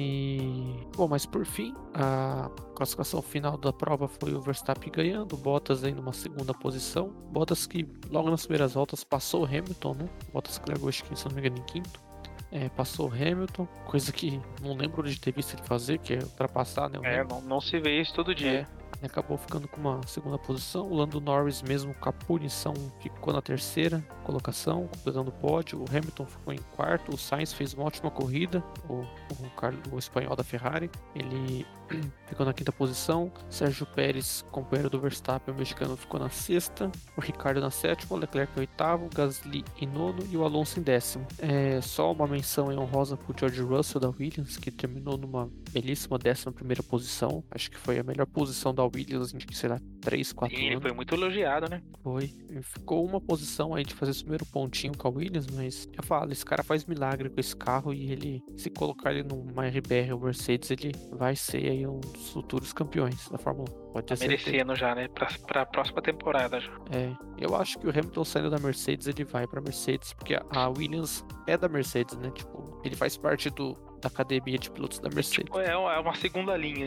E... Bom, mas por fim, a classificação final da prova foi o Verstappen ganhando, o Bottas aí numa segunda posição. Bottas que logo nas primeiras voltas passou o Hamilton, né? Bottas que largou, acho que, se não me engano, em quinto. É, passou o Hamilton, coisa que não lembro de ter visto ele fazer, que é ultrapassar, né? O É, Hamilton. não, não se vê isso todo dia. É. E acabou ficando com uma segunda posição. O Lando Norris, mesmo com a punição, ficou na terceira colocação, completando o pódio. O Hamilton ficou em quarto. O Sainz fez uma ótima corrida. O, o, Carlos, o espanhol da Ferrari, ele ficou na quinta posição. Sérgio Pérez, companheiro do Verstappen, o mexicano, ficou na sexta. O Ricardo na sétima. O Leclerc em oitavo. O Gasly em nono. E o Alonso em décimo. É, só uma menção em honrosa para o George Russell da Williams, que terminou numa belíssima décima primeira posição. Acho que foi a melhor posição da Williams em, sei lá, três, quatro Sim, ele anos. foi muito elogiado, né? Foi. Ficou uma posição aí de fazer esse primeiro pontinho com a Williams, mas eu falo, esse cara faz milagre com esse carro e ele, se colocar ele numa R B R ou Mercedes, ele vai ser aí um dos futuros campeões da Fórmula um. Pode ter Tá certeza. merecendo já, né? Pra, pra próxima temporada já. É, eu acho que o Hamilton saindo da Mercedes, ele vai pra Mercedes, porque a Williams é da Mercedes, né? Tipo, ele faz parte do, da academia de pilotos da Mercedes. Tipo, é uma, é uma segunda linha.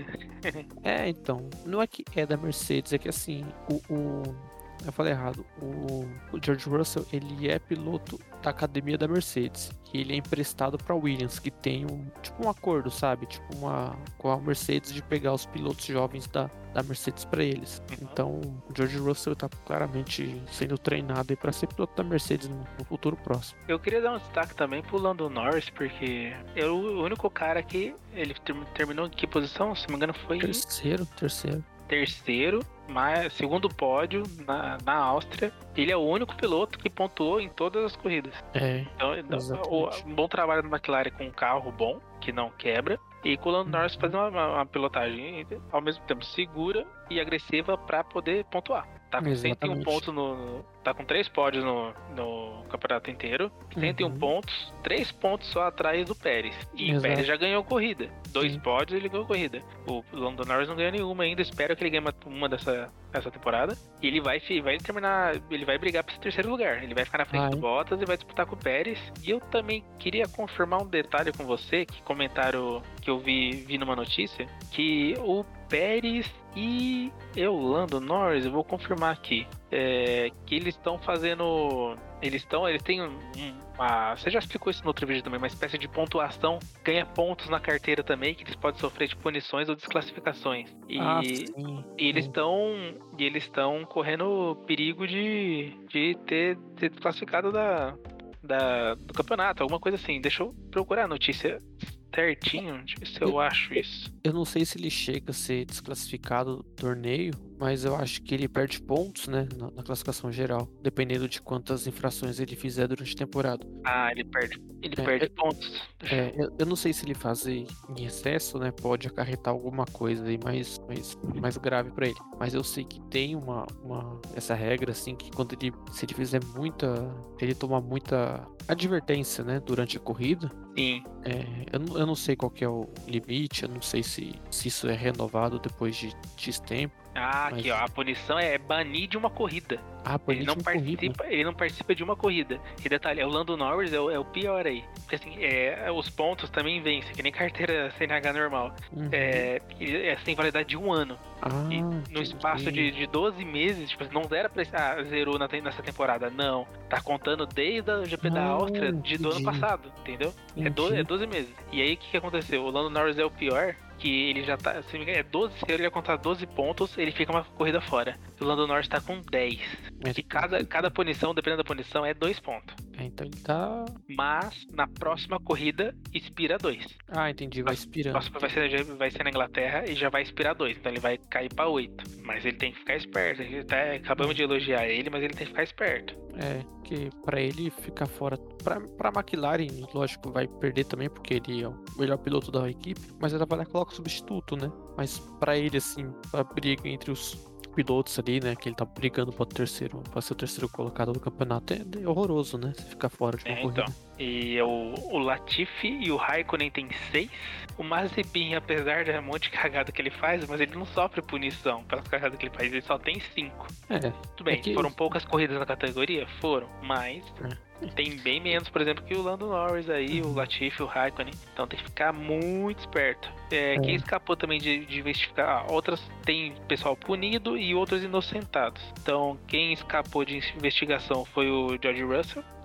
É, então, não é que é da Mercedes, é que assim, o, o eu falei errado, o, o George Russell, ele é piloto da academia da Mercedes, e ele é emprestado pra Williams, que tem um, tipo um acordo, sabe, tipo uma, com a Mercedes de pegar os pilotos jovens da, da Mercedes pra eles. Uhum. Então, o George Russell tá claramente sendo treinado aí pra ser piloto da Mercedes no, no futuro próximo. Eu queria dar um destaque também pro Lando Norris, porque é o único cara que ele ter- terminou em que posição? Se não me engano, foi em Terceiro, terceiro. terceiro, mas segundo pódio na, na Áustria. Ele é o único piloto que pontuou em todas as corridas. É, Então, então, exatamente. o- um bom trabalho da McLaren com um carro bom, que não quebra, e com o Lando Norris fazendo uma, uma- uma pilotagem ao mesmo tempo segura e agressiva para poder pontuar. Tá com cento e um Exatamente. pontos no. Tá com três pódios no, no campeonato inteiro. cento e um Uhum. pontos, três pontos só atrás do Pérez. E Exato. o Pérez já ganhou corrida. Dois Sim. pódios ele ganhou corrida. O Lando Norris não ganhou nenhuma ainda. Espero que ele ganhe uma, uma dessa, dessa temporada. E ele vai, fi- vai terminar. Ele vai brigar para esse terceiro lugar. Ele vai ficar na frente Vai. do Bottas e vai disputar com o Pérez. E eu também queria confirmar um detalhe com você, que comentaram que eu vi, vi numa notícia, que o Pérez e eu, Lando Norris, eu vou confirmar aqui, é, que eles estão fazendo, eles estão, eles têm um, uma, você já explicou isso no outro vídeo também, uma espécie de pontuação, ganha pontos na carteira também, que eles podem sofrer de punições ou desclassificações. E, Ah, sim. e eles sim. estão, e eles estão correndo perigo de, de ter, ter desclassificado da, da, do campeonato, alguma coisa assim. Deixa eu procurar a notícia certinho, deixa eu ver se eu acho isso. Eu não sei se ele chega a ser desclassificado do torneio, mas eu acho que ele perde pontos, né, na, na classificação geral, dependendo de quantas infrações ele fizer durante a temporada. Ah, ele perde, ele É, perde é- pontos. É, eu, eu não sei se ele fazer em excesso, né, pode acarretar alguma coisa aí mais, mais, mais grave pra ele. Mas eu sei que tem uma, uma essa regra, assim, que quando ele, se ele fizer muita, se ele tomar muita advertência, né, durante a corrida, Sim. é, eu, não, eu não sei qual que é o limite, eu não sei se, se isso é renovado depois de X tempo. Ah, Mas- aqui ó, a punição é banir de uma corrida. Ah, Ele não bonito corrida. participa, ele não participa de uma corrida. E detalhe, é o Lando Norris é o, é o pior aí. Porque assim, é, os pontos também vencem, que nem carteira C N H normal. Uhum. É, e essa tem validade de um ano. Ah, E no entendi. espaço de, de doze meses, tipo, não era pra ah, zerou na, nessa temporada. Não. Tá contando desde a G P da Ah, Áustria de do ano entendi. passado, entendeu? É, do, Entendi. é doze meses. E aí o que, que aconteceu? O Lando Norris é o pior, que ele já tá, se não me engano, é doze, se ele ia contar doze pontos, ele fica uma corrida fora. O Lando Norris tá com dez. Mas- E cada, cada punição, dependendo da punição, é dois pontos. É, então ele tá. Mas na próxima corrida expira dois. Ah, entendi, vai A expirando. próxima vai ser, vai ser na Inglaterra e já vai expirar dois. Então ele vai cair pra oito. Mas ele tem que ficar esperto. A gente até acabamos de elogiar ele, mas ele tem que ficar esperto. É, que pra ele ficar fora. Pra, pra McLaren, lógico, vai perder também, porque ele é o melhor piloto da equipe. Mas ela vai lá e coloca o substituto, né? Mas pra ele, assim, a briga entre os pilotos ali, né? Que ele tá brigando pra, terceiro, pra ser o terceiro colocado do campeonato. É, é horroroso, né? Se ficar fora de uma É, corrida. então. E o, o Latifi e o Raikkonen tem seis. O Mazepin, apesar da monte de cagada que ele faz, mas ele não sofre punição pelas cagadas que ele faz. Ele só tem cinco. É, Tudo bem, É que- foram poucas corridas na categoria? Foram, mas tem bem menos, por exemplo, que o Lando Norris aí, o Latifi, o Raikkonen. Então tem que ficar muito esperto. É, É. Quem escapou também de, de investigar, ah, outras tem pessoal punido e outros inocentados. Então quem escapou de investigação foi o George Russell, por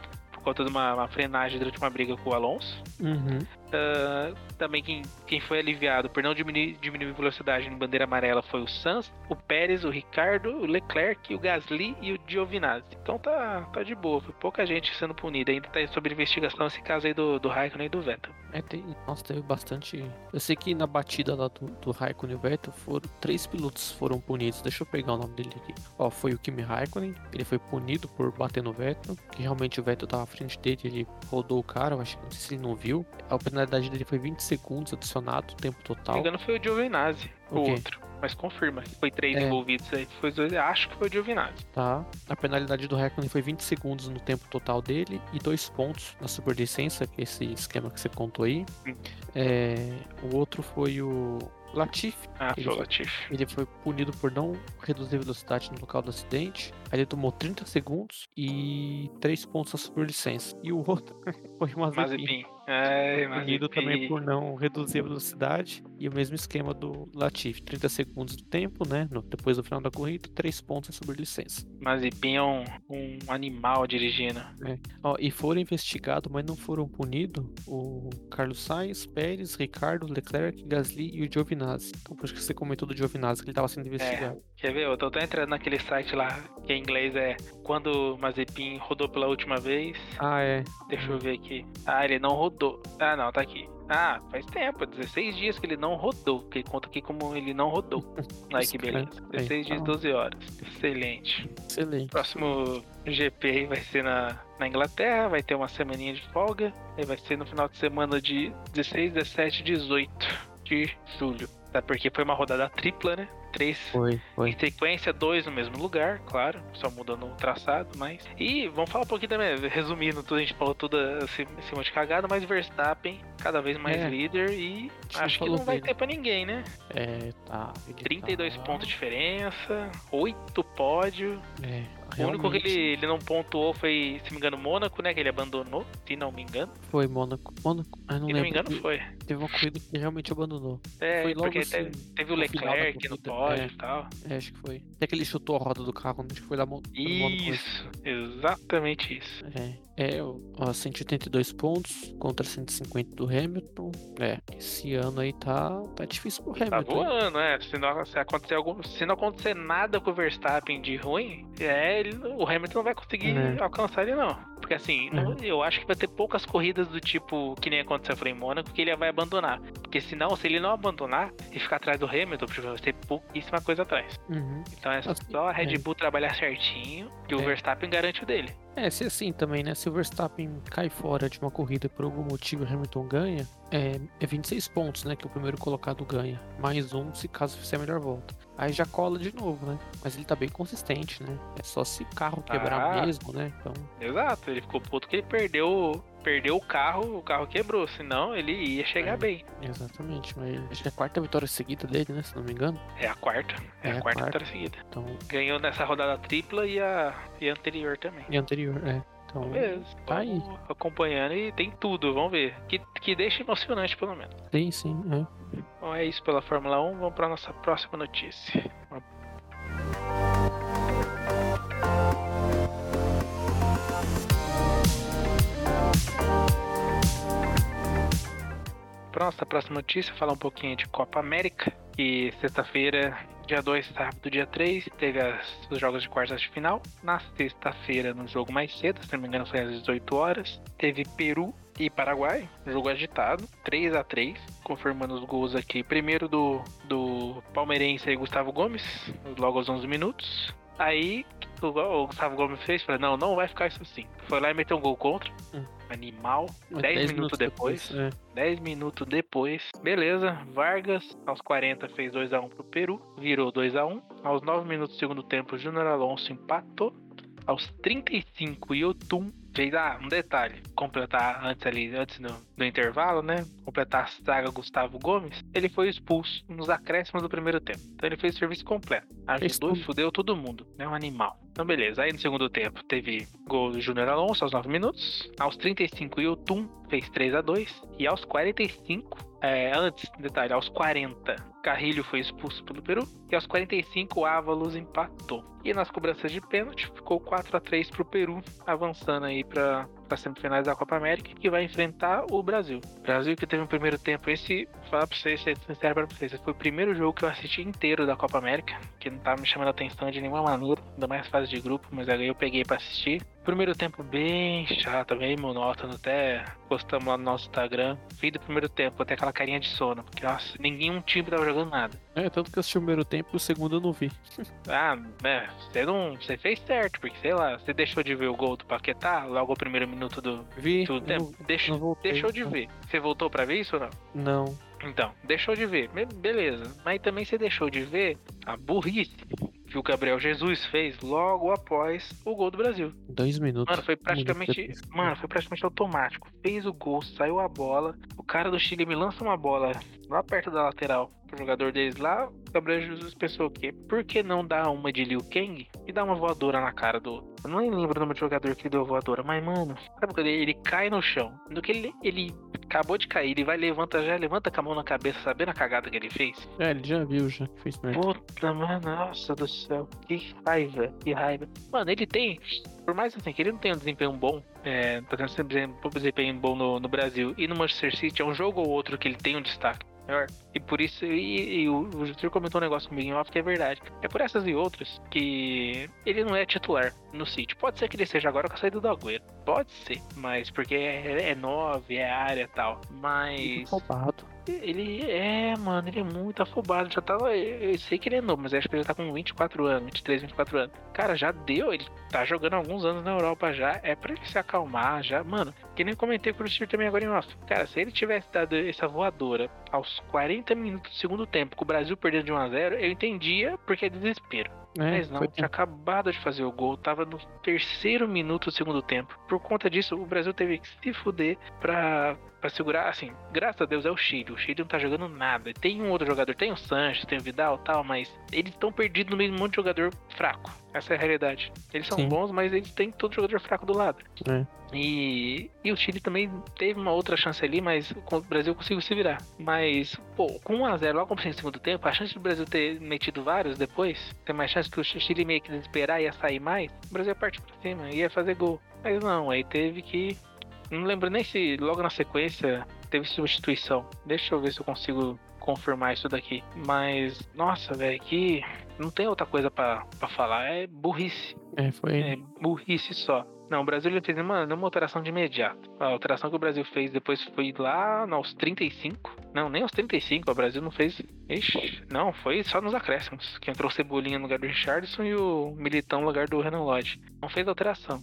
por conta de uma, uma frenagem durante uma briga com o Alonso. Uhum. Uh, também quem, quem foi aliviado por não diminuir, diminuir velocidade em bandeira amarela foi o Sainz, o Pérez, o Ricardo, o Leclerc, o Gasly e o Giovinazzi. Então tá, tá de boa, foi pouca gente sendo punida. Ainda tá sob investigação esse caso aí do, do Raikkonen e do Vettel. É, tem, nossa, teve bastante. Eu sei que na batida lá do, do Raikkonen e o Vettel foram três pilotos foram punidos. Deixa eu pegar o nome dele aqui. Ó, foi o Kimi Raikkonen, ele foi punido por bater no Vettel, que realmente o Vettel tava à frente dele, ele rodou o cara, eu acho que não sei se ele não viu. A penalidade dele foi vinte segundos adicionado, tempo total. Se não me engano foi o Giovinazzi, o, o outro. Mas confirma que foi três é. envolvidos aí. Foi dois, acho que foi o Giovinazzi. Tá. A penalidade do Raikkonen foi vinte segundos no tempo total dele e dois pontos na superlicença, que é esse esquema que você contou aí. Hum. É, o outro foi o Latifi. Ah, ele foi o foi, Latifi. Ele foi punido por não reduzir a velocidade no local do acidente. Aí ele tomou trinta segundos e três pontos na superlicença. E o outro foi o Mazepin. Mazepin. É, punido também por não reduzir a velocidade. E o mesmo esquema do Latifi. trinta segundos do tempo, né? No, depois do final da corrida, três pontos na superlicença. Mazepin é um, um animal dirigindo. É. Ó, e foram investigados, mas não foram punidos o Carlos Sainz, Pérez, Ricardo, Leclerc, Gasly e o Giovinazzi. Então, por isso que você comentou do Giovinazzi, que ele estava sendo investigado. É. Quer ver? Eu tô, tô entrando naquele site lá, que em inglês é quando o Mazepin rodou pela última vez. Ah, é. Deixa eu ver aqui. Ah, ele não rodou. Ah, não, tá aqui. Ah, faz tempo, dezesseis dias que ele não rodou. Que ele conta aqui como ele não rodou. Ai, que beleza. dezesseis dias, doze horas. Excelente. Excelente. Próximo G P aí vai ser na, na Inglaterra, vai ter uma semaninha de folga. Aí vai ser no final de semana de dezesseis, dezessete e dezoito de julho. Tá? Porque foi uma rodada tripla, né? Três foi, foi. em sequência, dois no mesmo lugar, claro, só mudando o traçado, mas... E vamos falar um pouquinho também, resumindo tudo, a gente falou tudo assim, esse monte de cagada, mas Verstappen cada vez mais é. líder e acho que não vai dele. ter pra ninguém, né? É, tá. trinta e dois tá... pontos de diferença, oito pódio. É. O único que ele, ele não pontuou foi, se me engano, Mônaco, né? Que ele abandonou, se não me engano. Foi Mônaco. Mônaco. Ah, não se não me engano, foi. Teve uma corrida que ele realmente abandonou. É, foi porque assim, teve, teve o Leclerc no pódio é, e tal. É, acho que foi. Até que ele chutou a roda do carro, acho que foi lá no Isso, exatamente isso. É, é ó, cento e oitenta e dois pontos contra cento e cinquenta do Hamilton. É, esse ano aí tá, tá difícil pro Hamilton. Tá voando, é. Se não, se acontecer algum, se não acontecer nada com o Verstappen de ruim, é, ele, o Hamilton não vai conseguir é. alcançar ele, não. Porque assim, é. não, eu acho que vai ter poucas corridas do tipo que nem aconteceu em Mônaco, que ele vai abandonar. Porque senão, se ele não abandonar e ficar atrás do Hamilton, vai ter pouquíssima coisa atrás. Uhum. Então é assim, só a Red Bull é. trabalhar certinho que o é. Verstappen garante o dele. É, se assim também, né? Se o Verstappen cai fora de uma corrida por algum motivo e o Hamilton ganha, é, é vinte e seis pontos, né? Que o primeiro colocado ganha. Mais um se caso fizer a melhor volta. Aí já cola de novo, né? Mas ele tá bem consistente, né? É só se o carro quebrar ah, mesmo, né? Então... Exato, ele ficou puto que ele perdeu, perdeu o carro, o carro quebrou. Senão ele ia chegar é, bem. Exatamente, mas acho que é a quarta vitória seguida dele, né? Se não me engano. É a quarta. É, é a, a quarta, quarta vitória seguida. Então... Ganhou nessa rodada tripla e a, e a anterior também. E a anterior, é. Então, beleza, tá aí. Acompanhando e tem tudo, vamos ver. Que, que deixa emocionante, pelo menos. Sim, sim, é. Bom, é isso pela Fórmula um. Vamos para nossa próxima notícia. Para nossa próxima notícia, falar um pouquinho de Copa América. E sexta-feira, dia dois, sábado, dia três, teve as, os jogos de quartas de final. Na sexta-feira, no jogo mais cedo, se não me engano foi às dezoito horas, teve Peru e Paraguai, jogo agitado, três a três, confirmando os gols aqui. Primeiro do, do palmeirense aí, Gustavo Gomes, logo aos onze minutos. Aí o, o Gustavo Gomes fez, falou, não, não vai ficar isso assim. Foi lá e meteu um gol contra. Hum. Animal. dez minutos depois. depois é. dez minutos depois. Beleza. Vargas, aos quarenta, fez dois a um pro Peru. Virou dois a um. Aos nove minutos do segundo tempo, Júnior Alonso empatou. Aos trinta e cinco, Yotun fez, ah, um detalhe, completar antes ali, antes do, do intervalo, né, completar a saga Gustavo Gomes, ele foi expulso nos acréscimos do primeiro tempo, então ele fez o serviço completo, ajudou e fudeu todo mundo, é um animal. Então beleza, aí no segundo tempo teve Gol do Júnior Alonso aos nove minutos. Aos trinta e cinco, Yotun fez três a dois. E aos quarenta e cinco, é, antes, detalhe, aos quarenta, Carrilho foi expulso pelo Peru. E aos quarenta e cinco, Ávalos empatou. E nas cobranças de pênalti, ficou quatro a três pro Peru, avançando aí para as semifinais da Copa América, que vai enfrentar o Brasil. Brasil que teve um primeiro tempo, esse, falar pra vocês, ser sincero pra vocês, esse foi o primeiro jogo que eu assisti inteiro da Copa América, que não tava me chamando a atenção de nenhuma maneira, ainda mais fase de grupo, mas aí eu peguei pra assistir. Primeiro tempo bem chato, bem monótono, até postamos lá no nosso Instagram. Fim do primeiro tempo, até aquela carinha de sono, porque nossa, nenhum time tava jogando nada. É, tanto que eu assisti o primeiro tempo e o segundo eu não vi. Ah, é, você não. Você fez certo, porque sei lá, você deixou de ver o gol do Paquetá logo o primeiro minuto do Vi, segundo tempo? não, Deixou, não voltei, deixou de não. ver. Você voltou pra ver isso ou não? Não. Então, deixou de ver. Be- Beleza. Mas também você deixou de ver a burrice que o Gabriel Jesus fez logo após o gol do Brasil. Dois minutos. Mano, foi Um minuto praticamente. depois. Mano, foi praticamente automático. Fez o gol, saiu a bola. O cara do Chile me lança uma bola lá perto da lateral pro jogador deles lá. O Gabriel Jesus pensou o quê? Por que não dar uma de Liu Kang e dar uma voadora na cara do. Eu não lembro o nome do jogador que deu a voadora, mas, mano, sabe quando ele, ele cai no chão? No que ele, ele acabou de cair, ele vai levanta já, levanta com a mão na cabeça, sabendo a cagada que ele fez? É, ele já viu, já que fez merda. Puta, mano, nossa do céu, que raiva, que raiva. Mano, ele tem, por mais assim, que ele não tenha um desempenho bom, é, tá tendo sempre um desempenho bom no, no Brasil e no Manchester City, é um jogo ou outro que ele tem um destaque maior. E por isso, e, e o, o Jutur comentou um negócio comigo em off que é verdade. É por essas e outras que ele não é titular no City. Pode ser que ele seja agora com a saída do Agüero. Pode ser, mas porque é, é nove, é área e tal. Mas. Roubado. Ele é, mano, ele é muito afobado. Já tava. Eu sei que ele é novo, mas acho que ele já tá com vinte e quatro anos, vinte e três, vinte e quatro anos. Cara, já deu. Ele tá jogando há alguns anos na Europa já. É pra ele se acalmar já. Mano, que nem comentei com o Jutur também agora em off. Cara, se ele tivesse dado essa voadora aos quarenta minutos do segundo tempo, com o Brasil perdendo de um a zero, eu entendia porque é desespero. É, Mas não, foi tinha acabado de fazer o gol, tava no terceiro minuto do segundo tempo. Por conta disso, o Brasil teve que se fuder pra, pra segurar, assim, graças a Deus é o Chile. O Chile não tá jogando nada. Tem um outro jogador, tem o Sanches, tem o Vidal e tal, mas eles estão perdidos no meio de um monte de jogador fraco. Essa é a realidade. Eles são Sim. bons, mas eles têm todo jogador fraco do lado. É. E, e o Chile também teve uma outra chance ali, mas o Brasil conseguiu se virar. Mas, pô, com um a zero logo no segundo tempo, a chance do Brasil ter metido vários depois, ter mais chance que o Chile meio que desesperar e ia sair mais, o Brasil ia partir pra cima, ia fazer gol. Mas não, aí teve que... Não lembro nem se logo na sequência teve substituição. Deixa eu ver se eu consigo confirmar isso daqui. Mas, nossa, velho, que não tem outra coisa pra, pra falar. É burrice. É, foi. É burrice só. Não, o Brasil ele fez uma, uma alteração de imediato. A alteração que o Brasil fez depois foi lá aos trinta e cinco. Não, nem aos trinta e cinco. O Brasil não fez. Ixi, não, foi só nos acréscimos. Que entrou o Cebolinha no lugar do Richarlison e o Militão no lugar do Renan Lodge. Não fez alteração.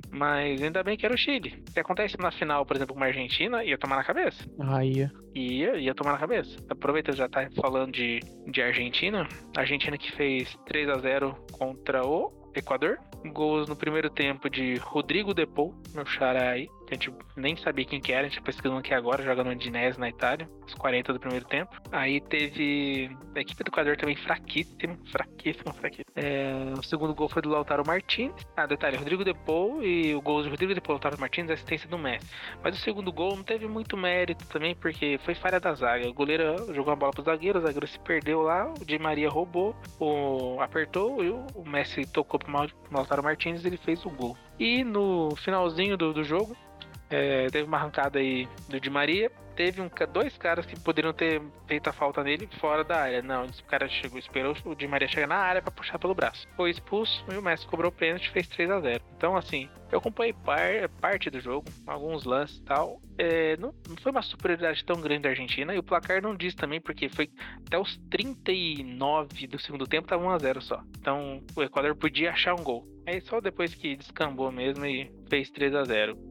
Mas ainda bem que era o Chile. Se acontece na final, por exemplo, com a Argentina, ia tomar na cabeça. Raia. Ia, ia tomar na cabeça. Aproveita, já tá falando de, de Argentina. A Argentina que fez três a zero contra o Equador. Gols no primeiro tempo de Rodrigo De Paul, meu xará aí, que a gente nem sabia quem que era, a gente tá pesquisando aqui agora, jogando no Udinese na Itália, os quarenta do primeiro tempo. Aí teve a equipe do Equador também fraquíssima, fraquíssima, fraquíssima. É, o segundo gol foi do Lautaro Martínez. Ah, detalhe, Rodrigo De Paul e o gol de Rodrigo De Paul, Lautaro Martínez, a assistência do Messi. Mas o segundo gol não teve muito mérito também, porque foi falha da zaga. O goleiro jogou a bola pro zagueiro, o zagueiro se perdeu lá, o Di Maria roubou, o, apertou e o, o Messi tocou pro Lautaro Martínez e ele fez o gol. E no finalzinho do, do jogo, é, teve uma arrancada aí do Di Maria. Teve um, dois caras que poderiam ter feito a falta nele fora da área. Não, o cara chegou, esperou o Di Maria chegar na área pra puxar pelo braço. Foi expulso e o Messi cobrou o pênalti e fez três a zero. Então, assim, eu acompanhei par, parte do jogo, alguns lances e tal. É, não, não foi uma superioridade tão grande da Argentina. E o placar não diz também, porque foi até os trinta e nove do segundo tempo, tava um a zero só. Então, o Equador podia achar um gol. Aí só depois que descambou mesmo e fez três a zero.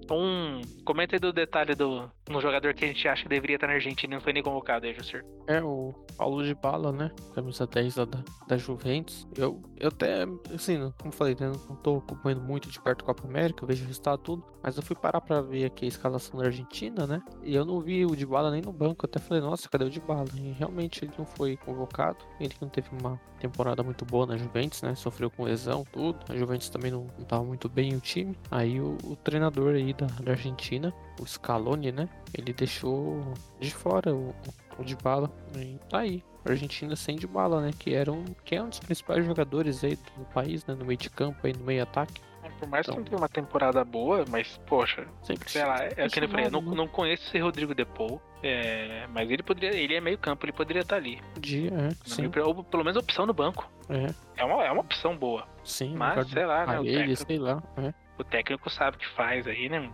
Um, comenta aí do detalhe do um jogador que a gente acha que deveria estar na Argentina e não foi nem convocado aí, Jussir. É o Paulo Dybala, né? Camisa dez lá da, da Juventus. Eu, eu até, assim, como falei, né? Não tô acompanhando muito de perto a Copa América, eu vejo o resultado tudo. Mas eu fui parar pra ver aqui a escalação da Argentina, né? E eu não vi o Dybala nem no banco. Eu até falei, nossa, cadê o Dybala? E realmente ele não foi convocado. Ele que não teve uma temporada muito boa na Juventus, né? Sofreu com lesão, tudo. A Juventus também não, não tava muito bem o time. Aí o, o treinador aí da, da Argentina, o Scaloni, né? Ele deixou de fora o, o Dybala. E tá aí. A Argentina sem Dybala, né? Que era um, que é um dos principais jogadores aí do país, né? No meio de campo, aí no meio ataque. É, por mais Então, que não tenha uma temporada boa, mas, poxa, sempre sei lá, é aquele eu falei, eu não, né? não conheço esse Rodrigo De Paul, é, mas ele poderia, ele é meio campo, ele poderia estar ali. Podia, é, sim. Minha, ou pelo menos a opção no banco. É, É uma, é uma opção boa. sim. Mas, sei lá, né? O ele, técnico, sei lá, é. o técnico sabe o que faz aí, né?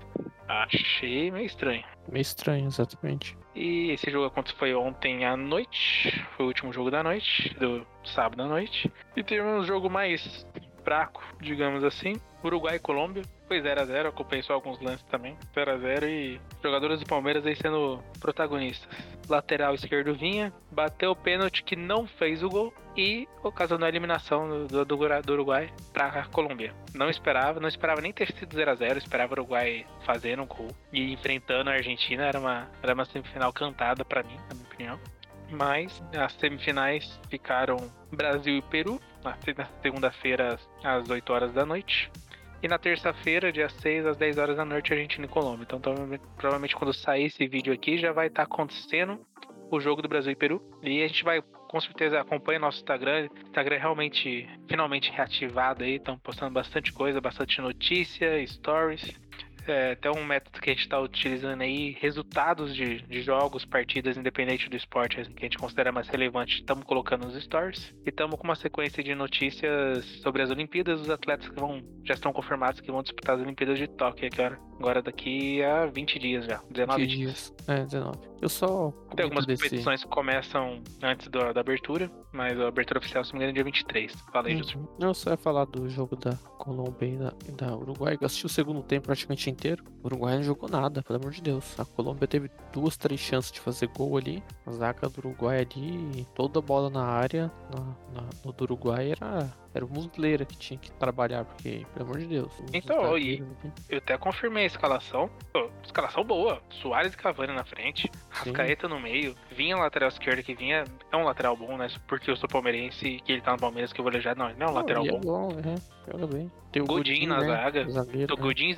Achei meio estranho. Meio estranho, exatamente. E esse jogo aconteceu foi ontem à noite. Foi o último jogo da noite, do sábado à noite. E teve um jogo mais fraco, digamos assim. Uruguai e Colômbia. Foi zero a zero, acompanhei só alguns lances também. zero a zero e jogadores do Palmeiras aí sendo protagonistas. Lateral esquerdo Vinha, bateu o pênalti que não fez o gol e ocasionou a eliminação do, do, do Uruguai para a Colômbia. Não esperava, não esperava nem ter sido zero a zero, esperava o Uruguai fazendo um gol e enfrentando a Argentina. Era uma, era uma semifinal cantada para mim, na minha opinião. Mas as semifinais ficaram Brasil e Peru, na segunda-feira às oito horas da noite. E na terça-feira, dia seis, às dez horas da noite, Argentina e Colômbia. Então, provavelmente, quando sair esse vídeo aqui, já vai estar acontecendo o jogo do Brasil e Peru. E a gente vai, com certeza, acompanha nosso Instagram. O Instagram é realmente, finalmente reativado aí. Estão postando bastante coisa, bastante notícia, stories. É, até um método que a gente está utilizando aí, resultados de, de jogos, partidas, independente do esporte, que a gente considera mais relevante, estamos colocando nos stories. E estamos com uma sequência de notícias sobre as Olimpíadas, os atletas que vão, já estão confirmados que vão disputar as Olimpíadas de Tóquio agora, agora daqui a vinte dias já, dezenove dias. É, dezenove. Eu só Tem algumas desse... competições que começam antes do, da abertura, mas a abertura oficial, se não me engano, é dia vinte e três. Fala aí, Justin. Uhum. Eu só ia falar do jogo da Colômbia e da, e da Uruguai. Eu assisti o segundo tempo praticamente inteiro. O Uruguai não jogou nada, pelo amor de Deus. A Colômbia teve duas, três chances de fazer gol ali. A zaga do Uruguai ali, toda a bola na área, na, na, no do Uruguai era, era o Muslera que tinha que trabalhar, porque, pelo amor de Deus. Então, e eu até confirmei a escalação. Pô, escalação boa. Soares e Cavani na frente, Rascaeta no meio, Vinha lateral esquerdo, que Vinha é um lateral bom, né? Porque eu sou palmeirense e ele tá no Palmeiras que eu vou eleger. Não, ele não é um não, lateral bom. É bom, é, joga bem. Tem o Godinho na né? zaga. Zagueiro, o Godinho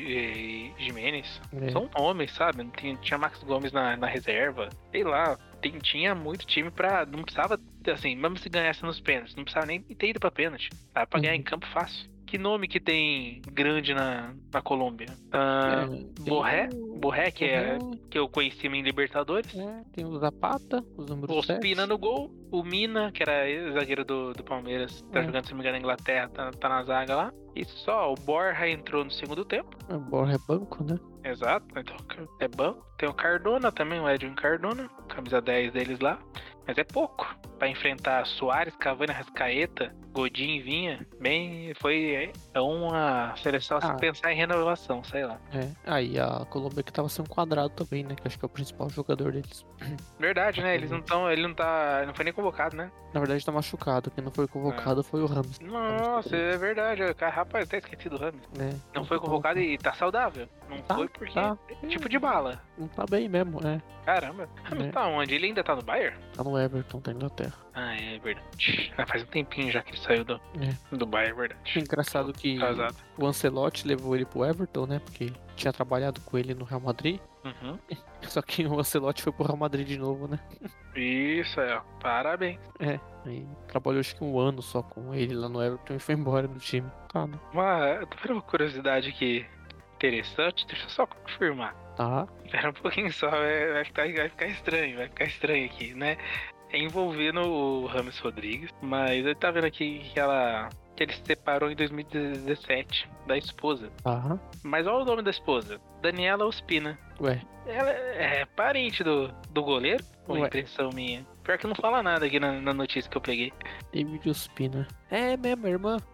e Jimenez. É. São nomes, sabe? Tinha, tinha Max Gomes na, na reserva. Sei lá, tem, tinha muito time pra. Não precisava, assim, mesmo se ganhasse nos pênaltis, não precisava nem ter ido pra pênalti. Dava pra ganhar Uhum. em campo fácil. Que nome que tem grande na, na Colômbia? Uh, É, Borré? o... Borré, que, é, Borré. que eu conheci em Libertadores. É, tem o Zapata, os números Ospina no gol. O Mina, que era zagueiro do, do Palmeiras, tá É. jogando, se não me engano, na Inglaterra, tá, tá na zaga lá. E só, o Borja entrou no segundo tempo. O Borja é banco, né? Exato, então é banco. Tem o Cardona também, o Edwin Cardona, camisa dez deles lá. Mas é pouco. Pra enfrentar Soares, Cavani, Rascaeta, Godinho e Vinha, bem, foi é uma seleção a se Ah. pensar em renovação, sei lá. É. Aí a Colômbia que tava sem um quadrado também, né? Que acho que é o principal jogador deles. Verdade, né? Eles não estão. Ele não tá. Não foi nem convocado, né? Na verdade tá machucado. Quem não foi convocado foi o Ramos. Nossa, é verdade. Rapaz, até esqueci do Ramos. É. Não foi convocado e tá saudável. Não Tá, foi porque. tá. Tipo de bala. Não tá bem mesmo, é. Caramba. Ramos É. tá onde? Ele ainda tá no Bayern? Tá no Everton, tá na Inglaterra. Ah, é verdade. Ah, faz um tempinho já que ele saiu do, É. do Bayern, é verdade. Engraçado que Casado. o Ancelotti levou ele pro Everton, né? Porque tinha trabalhado com ele no Real Madrid. Uhum. Só que o Ancelotti foi pro Real Madrid de novo, né? Isso aí, ó. Parabéns. É. Aí trabalhou acho que um ano só com ele lá no Everton e foi embora do time. Tá, né? Uma, eu tô vendo uma curiosidade aqui interessante. Deixa eu só confirmar. Tá. Espera um pouquinho só, vai, vai, ficar, vai ficar estranho, vai ficar estranho aqui, né? É envolvendo o Rames Rodrigues, mas ele tá vendo aqui que ela. Que ele se separou em dois mil e dezessete da esposa. Tá. Mas olha o nome da esposa: Daniela Ospina. Ué. Ela é parente do, do goleiro? Ou Ué. impressão minha? Pior que não fala nada aqui na, na notícia que eu peguei. David Ospina. É mesmo, irmã.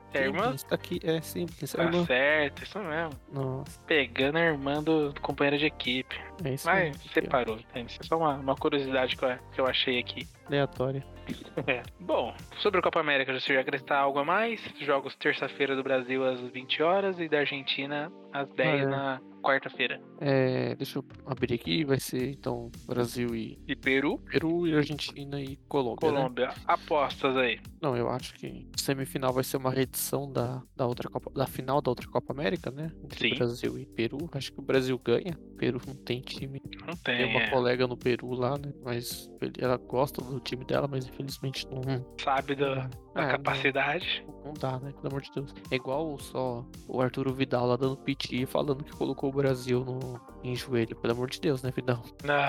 É a irmã? Sim, tá aqui. É, sim, é a Tá irmã. certo, isso mesmo. Nossa, Pegando a irmã do, do companheiro de equipe. é isso Mas mesmo. Aqui, ó, separou, entende? Isso é só uma, uma curiosidade que eu, que eu achei aqui. aleatória. É. Bom, sobre a Copa América, você já acrescentar algo a mais? Jogos terça-feira do Brasil às vinte horas e da Argentina às dez Ah, na quarta-feira. é. É, deixa eu abrir aqui. Vai ser então Brasil e E Peru, Peru, e Argentina e Colômbia, né? Colômbia. Apostas aí. Não, eu acho que semifinal vai ser uma reedição da, da outra Copa, da final da outra Copa América, né? Entre Sim. Brasil e Peru. Acho que o Brasil ganha. Peru não tem time. Não Tem tem, uma é. colega no Peru lá, né? Mas ele- ela gosta do time dela, mas infelizmente não. Sabe Não da, dá. da É, capacidade. não, não dá, né? Pelo amor de Deus. É igual só o Arturo Vidal lá dando piti falando que colocou o Brasil no, em joelho. Pelo amor de Deus, né, Vidal?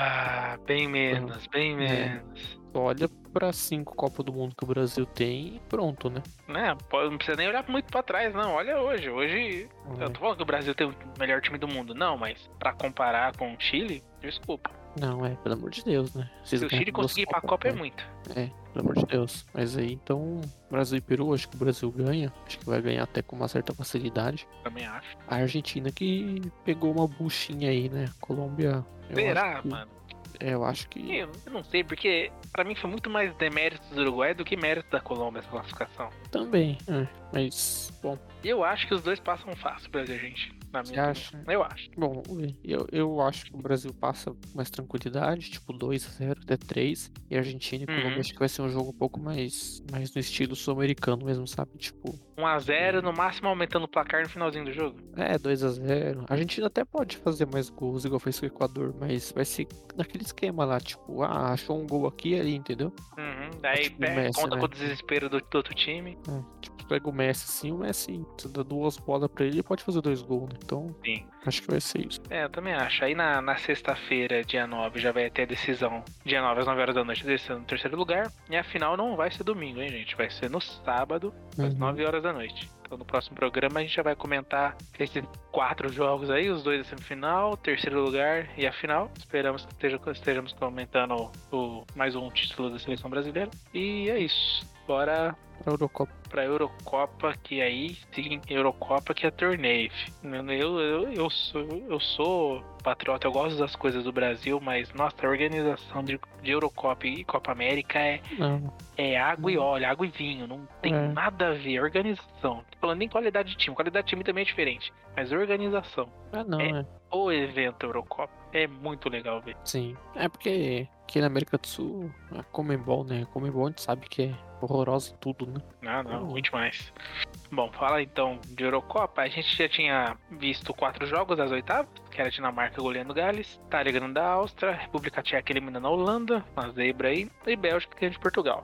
Ah, bem menos, bem É. menos. Olha pra cinco Copas do Mundo que o Brasil tem e pronto, né? Né? Pô, não precisa nem olhar muito pra trás, não. Olha hoje. Hoje. É. Eu tô falando que o Brasil tem o melhor time do mundo. Não, mas pra comparar com o Chile, desculpa. Não, é, pelo amor de Deus, né? Vocês Se o ganham Chile duas conseguir ir pra Copas, Copa é né? muito. É, pelo amor de Deus. Mas aí, então, Brasil e Peru, acho que o Brasil ganha. Acho que vai ganhar até com uma certa facilidade. Também acho. A Argentina que pegou uma buchinha aí, né? Colômbia, eu Será, acho que, mano? é, eu acho que Eu, eu não sei, porque pra mim foi muito mais demérito do Uruguai do que mérito da Colômbia essa classificação. também, é, mas, bom, E eu acho que os dois passam fácil, Brasil e Argentina. Na minha você opinião. acha? Eu acho. Bom, vamos ver. Eu, eu acho que o Brasil passa com mais tranquilidade, tipo dois a zero, até três. E a Argentina e Colômbia Uhum. acho que vai ser um jogo um pouco mais, mais no estilo sul-americano mesmo, sabe? Tipo, um a zero, no máximo aumentando o placar no finalzinho do jogo. é, dois a zero. A Argentina até pode fazer mais gols, igual fez com o Equador, mas vai ser naquele esquema lá, tipo, ah, achou um gol aqui e ali, entendeu? Uhum. Daí tipo pega, Messi, conta né? com o desespero do, do outro time. É, tipo, pega o Messi assim, o Messi, você dá duas bolas pra ele, ele pode fazer dois gols, né? Então, Sim. acho que vai ser isso. É, eu também acho. Aí na, na sexta-feira, dia nove, já vai ter a decisão. Dia nove, às nove horas da noite, decisão no terceiro lugar. E a final não vai ser domingo, hein, gente? Vai ser no sábado, às Uhum. nove horas da noite. Então no próximo programa a gente já vai comentar esses quatro jogos aí, os dois da semifinal, terceiro lugar e a final. Esperamos que esteja, estejamos comentando o, mais um título da seleção brasileira. E é isso. Bora Pra Eurocopa. pra Eurocopa, que aí sim, Eurocopa que é torneio. Eu, eu, eu, sou, eu sou patriota, eu gosto das coisas do Brasil, mas nossa, a organização de, de Eurocopa e Copa América é, Não, é água e óleo, água e vinho, não tem É. nada a ver. Organização, tô falando nem qualidade de time, qualidade de time também é diferente, mas organização. ah, não, É. é. O evento Eurocopa é muito legal ver. Sim. É porque aqui na América do Sul, a Comembol, né? A Comembol a gente sabe que é horrorosa em tudo, né? Não, não, Hum. muito mais. Bom, fala então de Eurocopa. A gente já tinha visto quatro jogos das oitavas, que era Dinamarca goleando Gales, Itália ganhando da Áustria, República Tcheca eliminando a Holanda, uma zebra aí, e Bélgica ganhando de Portugal.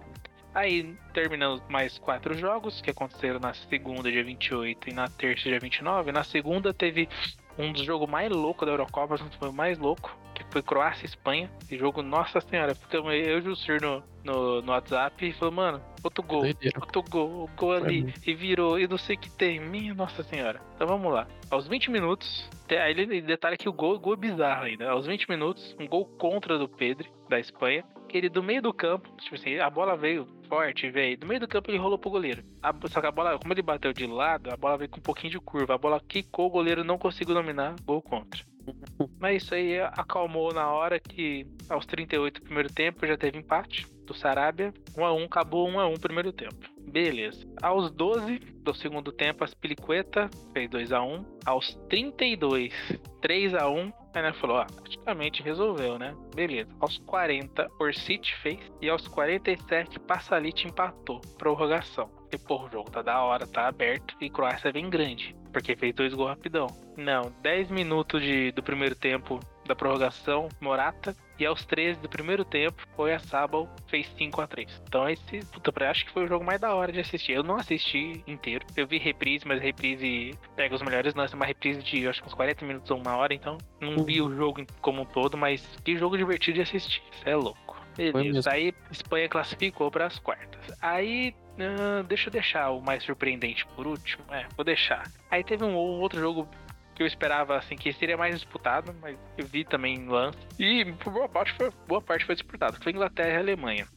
Aí terminamos mais quatro jogos que aconteceram na segunda, dia vinte e oito, e na terça, dia vinte e nove. Na segunda teve um dos jogos mais loucos da Eurocopa, foi o mais louco, que foi Croácia e Espanha. Esse jogo, nossa senhora, ficamos eu e o Jussir no, no, no WhatsApp e falou, mano, outro gol, Doideira. outro gol, o gol ali, mim. e virou, e não sei o que tem, minha nossa senhora. Então vamos lá. Aos vinte minutos, te- aí ele detalha que o gol, o gol é bizarro ainda. Aos vinte minutos, um gol contra do Pedri, da Espanha, que ele do meio do campo, tipo assim, a bola veio forte, veio, do meio do campo ele rolou pro goleiro. A, só que a bola, como ele bateu de lado, a bola veio com um pouquinho de curva, a bola quicou, o goleiro não conseguiu dominar, gol contra. Mas isso aí acalmou na hora que aos trinta e oito do primeiro tempo já teve empate do Sarabia, um a um, acabou um a um primeiro tempo. Beleza. Aos doze do segundo tempo, as Piliqueta fez dois a um. Aos trinta e dois, três a um. Aí né, falou, ah, praticamente resolveu, né? Beleza. Aos quarenta, Orsic fez. E aos quarenta e sete, Passalit empatou. Prorrogação. E pô, o jogo tá da hora, tá aberto. E Croácia vem grande, porque fez dois gols rapidão. Não, dez minutos de, do primeiro tempo da prorrogação, Morata. E aos treze do primeiro tempo, foi a Sabal, fez cinco a três. Então esse, puta, eu acho que foi o jogo mais da hora de assistir. Eu não assisti inteiro. Eu vi reprise, mas reprise pega os melhores lances. Uma reprise de, eu acho que uns quarenta minutos ou uma hora. Então não vi o jogo como um todo, mas que jogo divertido de assistir. Isso é louco. Beleza, aí Espanha classificou para as quartas. Aí, uh, deixa eu deixar o mais surpreendente por último. É, vou deixar. Aí teve um, um outro jogo que eu esperava, assim, que seria mais disputado, mas eu vi também em lance. E por boa parte foi, boa parte foi disputado, que foi Inglaterra e Alemanha.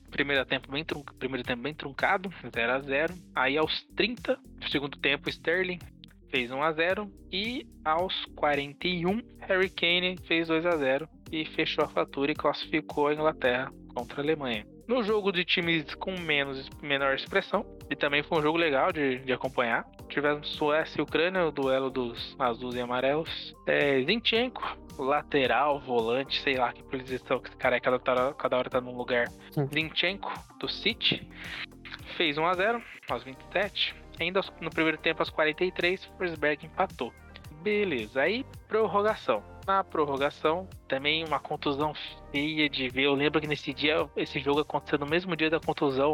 Primeiro tempo bem, trun... Primeiro tempo bem truncado, zero a zero. Aí aos trinta, segundo tempo, Sterling fez um a zero. E aos quarenta e um, Harry Kane fez dois a zero. E fechou a fatura e classificou a Inglaterra contra a Alemanha. No jogo de times com menos, menor expressão, e também foi um jogo legal de, de acompanhar. Tivemos Suécia e Ucrânia, o duelo dos azuis e amarelos. É, Zinchenko, lateral, volante, sei lá que posição que esse cara é, cada, cada hora tá num lugar. Hum. Zinchenko, do City, fez um a zero aos vinte e sete. Ainda no primeiro tempo, aos quarenta e três, Forsberg empatou. Beleza, aí prorrogação. Na prorrogação, também uma contusão feia de ver. Eu lembro que nesse dia, esse jogo aconteceu no mesmo dia da contusão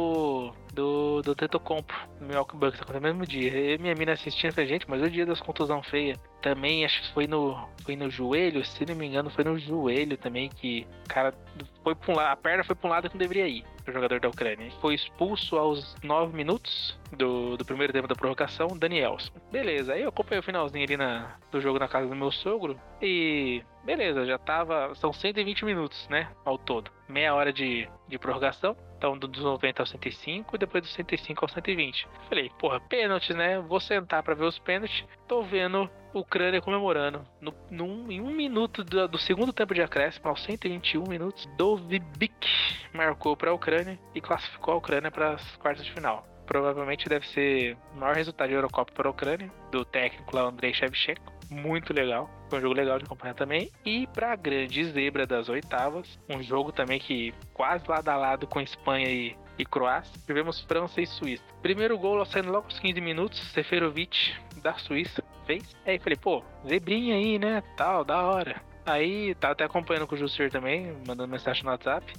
do do, do Tetocompo, no Milwaukee Bucks, aconteceu no mesmo dia. Eu e minha mina assistindo, falei, gente, mas o dia das contusão feia também, acho que foi no, foi no joelho, se não me engano, foi no joelho também que o cara foi pra um lado, a perna foi pra um lado que não deveria ir, o jogador da Ucrânia. Foi expulso aos nove minutos do, do primeiro tempo da prorrogação, Danielson. Beleza, aí eu acompanhei o finalzinho ali na, do jogo na casa do meu sogro e beleza, já tava, são cento e vinte minutos, né, ao todo. Meia hora de, de prorrogação. Então, dos noventa ao cento e cinco e depois dos cento e cinco ao cento e vinte. Falei, porra, pênaltis, né? Vou sentar pra ver os pênaltis. Tô vendo a Ucrânia comemorando. No, num, em um minuto do, do segundo tempo de acréscimo, aos cento e vinte e um minutos, Dovbyk marcou pra Ucrânia e classificou a Ucrânia para as quartas de final. Provavelmente deve ser o maior resultado de Eurocopa para a Ucrânia, do técnico lá, Andrei Shevchenko. Muito legal. Foi um jogo legal de acompanhar também. E pra grande zebra das oitavas, um jogo também que quase lado a lado com Espanha e, e Croácia, tivemos França e Suíça. Primeiro gol saindo logo aos quinze minutos, Seferovic da Suíça fez. Aí falei, pô, zebrinha aí, né? Tal, da hora. Aí, tá até acompanhando com o Jussier também, mandando mensagem no WhatsApp.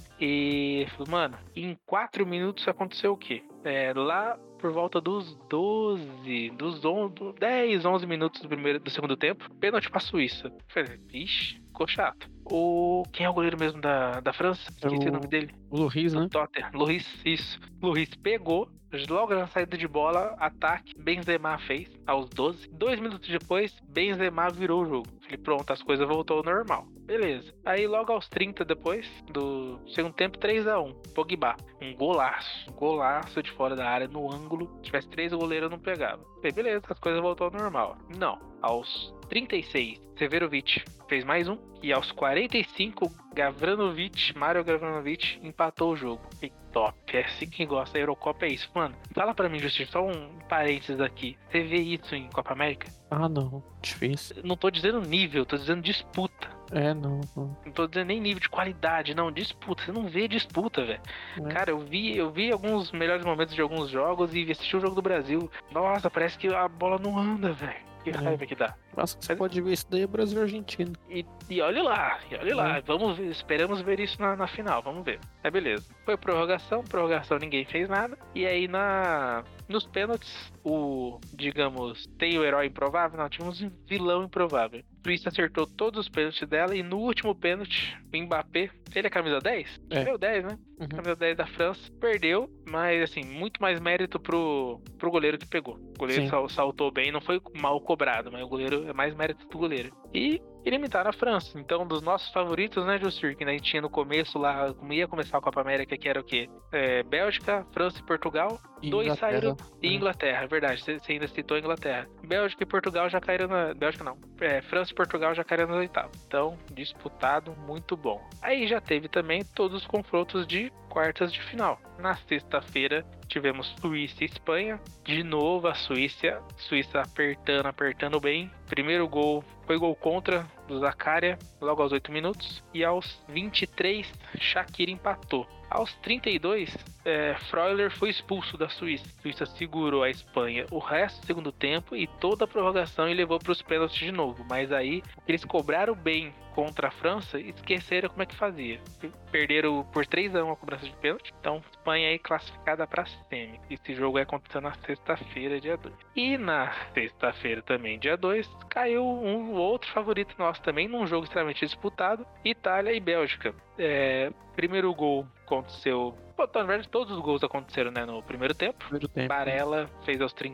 E falou, mano, em quatro minutos aconteceu o quê? É, lá por volta dos doze, dos onze, dez, onze minutos do, primeiro, do segundo tempo, pênalti pra Suíça. Falei, ixi, ficou chato. O, quem é o goleiro mesmo da, da França? Esqueci é o, o nome dele. O Loris, né? Tottenham. Loris, isso. Loris pegou, logo na saída de bola, ataque, Benzema fez, aos doze. Dois minutos depois, Benzema virou o jogo. Falei, pronto, as coisas voltou ao normal. Beleza. Aí logo aos trinta depois do segundo tempo, três a um. Pogba. Um golaço. Um golaço de fora da área, no ângulo. Se tivesse três, o goleiro não pegava. Falei, beleza, as coisas voltou ao normal. Não. Aos trinta e seis, Severovic fez mais um. E aos quarenta e cinco, Gavranovic, Mario Gavranovic, empatou o jogo. E top, é assim que gosta. A Eurocopa é isso. Mano, fala pra mim, Justin, só um parênteses aqui. Você vê isso em Copa América? Ah, não. Difícil. Não tô dizendo nível, tô dizendo disputa. É, não, não. Não tô dizendo nem nível de qualidade, não. Disputa. Você não vê disputa, velho. É. Cara, eu vi, eu vi alguns melhores momentos de alguns jogos e assisti o jogo do Brasil. Nossa, parece que a bola não anda, velho. Que raiva é. que dá. Nossa, você Mas... pode ver isso daí é Brasil e Argentina. E, e olha lá, e olha é. lá. Vamos ver, esperamos ver isso na, na final, vamos ver. É beleza. Foi prorrogação, prorrogação ninguém fez nada. E aí na nos pênaltis, o, digamos, tem o herói improvável? Não, tínhamos um vilão improvável. A Suíça acertou todos os pênaltis dela e no último pênalti, o Mbappé, ele é camisa dez? É. Deu dez, né? Uhum. Camisa dez da França, perdeu, mas assim, muito mais mérito pro, pro goleiro que pegou. O goleiro sal, saltou bem, não foi mal cobrado, mas o goleiro é mais mérito do goleiro. E limitaram a França. Então, dos nossos favoritos, né, Jussier, que a gente tinha no começo lá, como ia começar a Copa América, que era o quê? É, Bélgica, França e Portugal. E dois Inglaterra. saíram. E é. Inglaterra, verdade. Você ainda citou a Inglaterra. Bélgica e Portugal já caíram na. Bélgica não. É, França e Portugal já caíram nas oitavas. Então, disputado, muito bom. Aí já teve também todos os confrontos de quartas de final. Na sexta-feira tivemos Suíça e Espanha. De novo a Suíça, Suíça apertando, apertando bem. Primeiro gol foi gol contra do Zakaria, logo aos oito minutos. E aos vinte e três, Shaqiri empatou. Aos trinta e dois, é, Freuler foi expulso da Suíça. A Suíça segurou a Espanha o resto do segundo tempo e toda a prorrogação e levou para os pênaltis de novo. Mas aí eles cobraram bem contra a França e esqueceram como é que fazia. Perderam por três a um a cobrança de pênalti. Então, Espanha aí classificada para a semi. Esse jogo é aconteceu na sexta-feira, dia dois. E na sexta-feira também, dia dois, caiu um outro favorito nosso também, num jogo extremamente disputado, Itália e Bélgica. É, primeiro gol aconteceu... Pô, na verdade, todos os gols aconteceram, né, no primeiro tempo. Primeiro tempo. Barella fez aos trinta e um.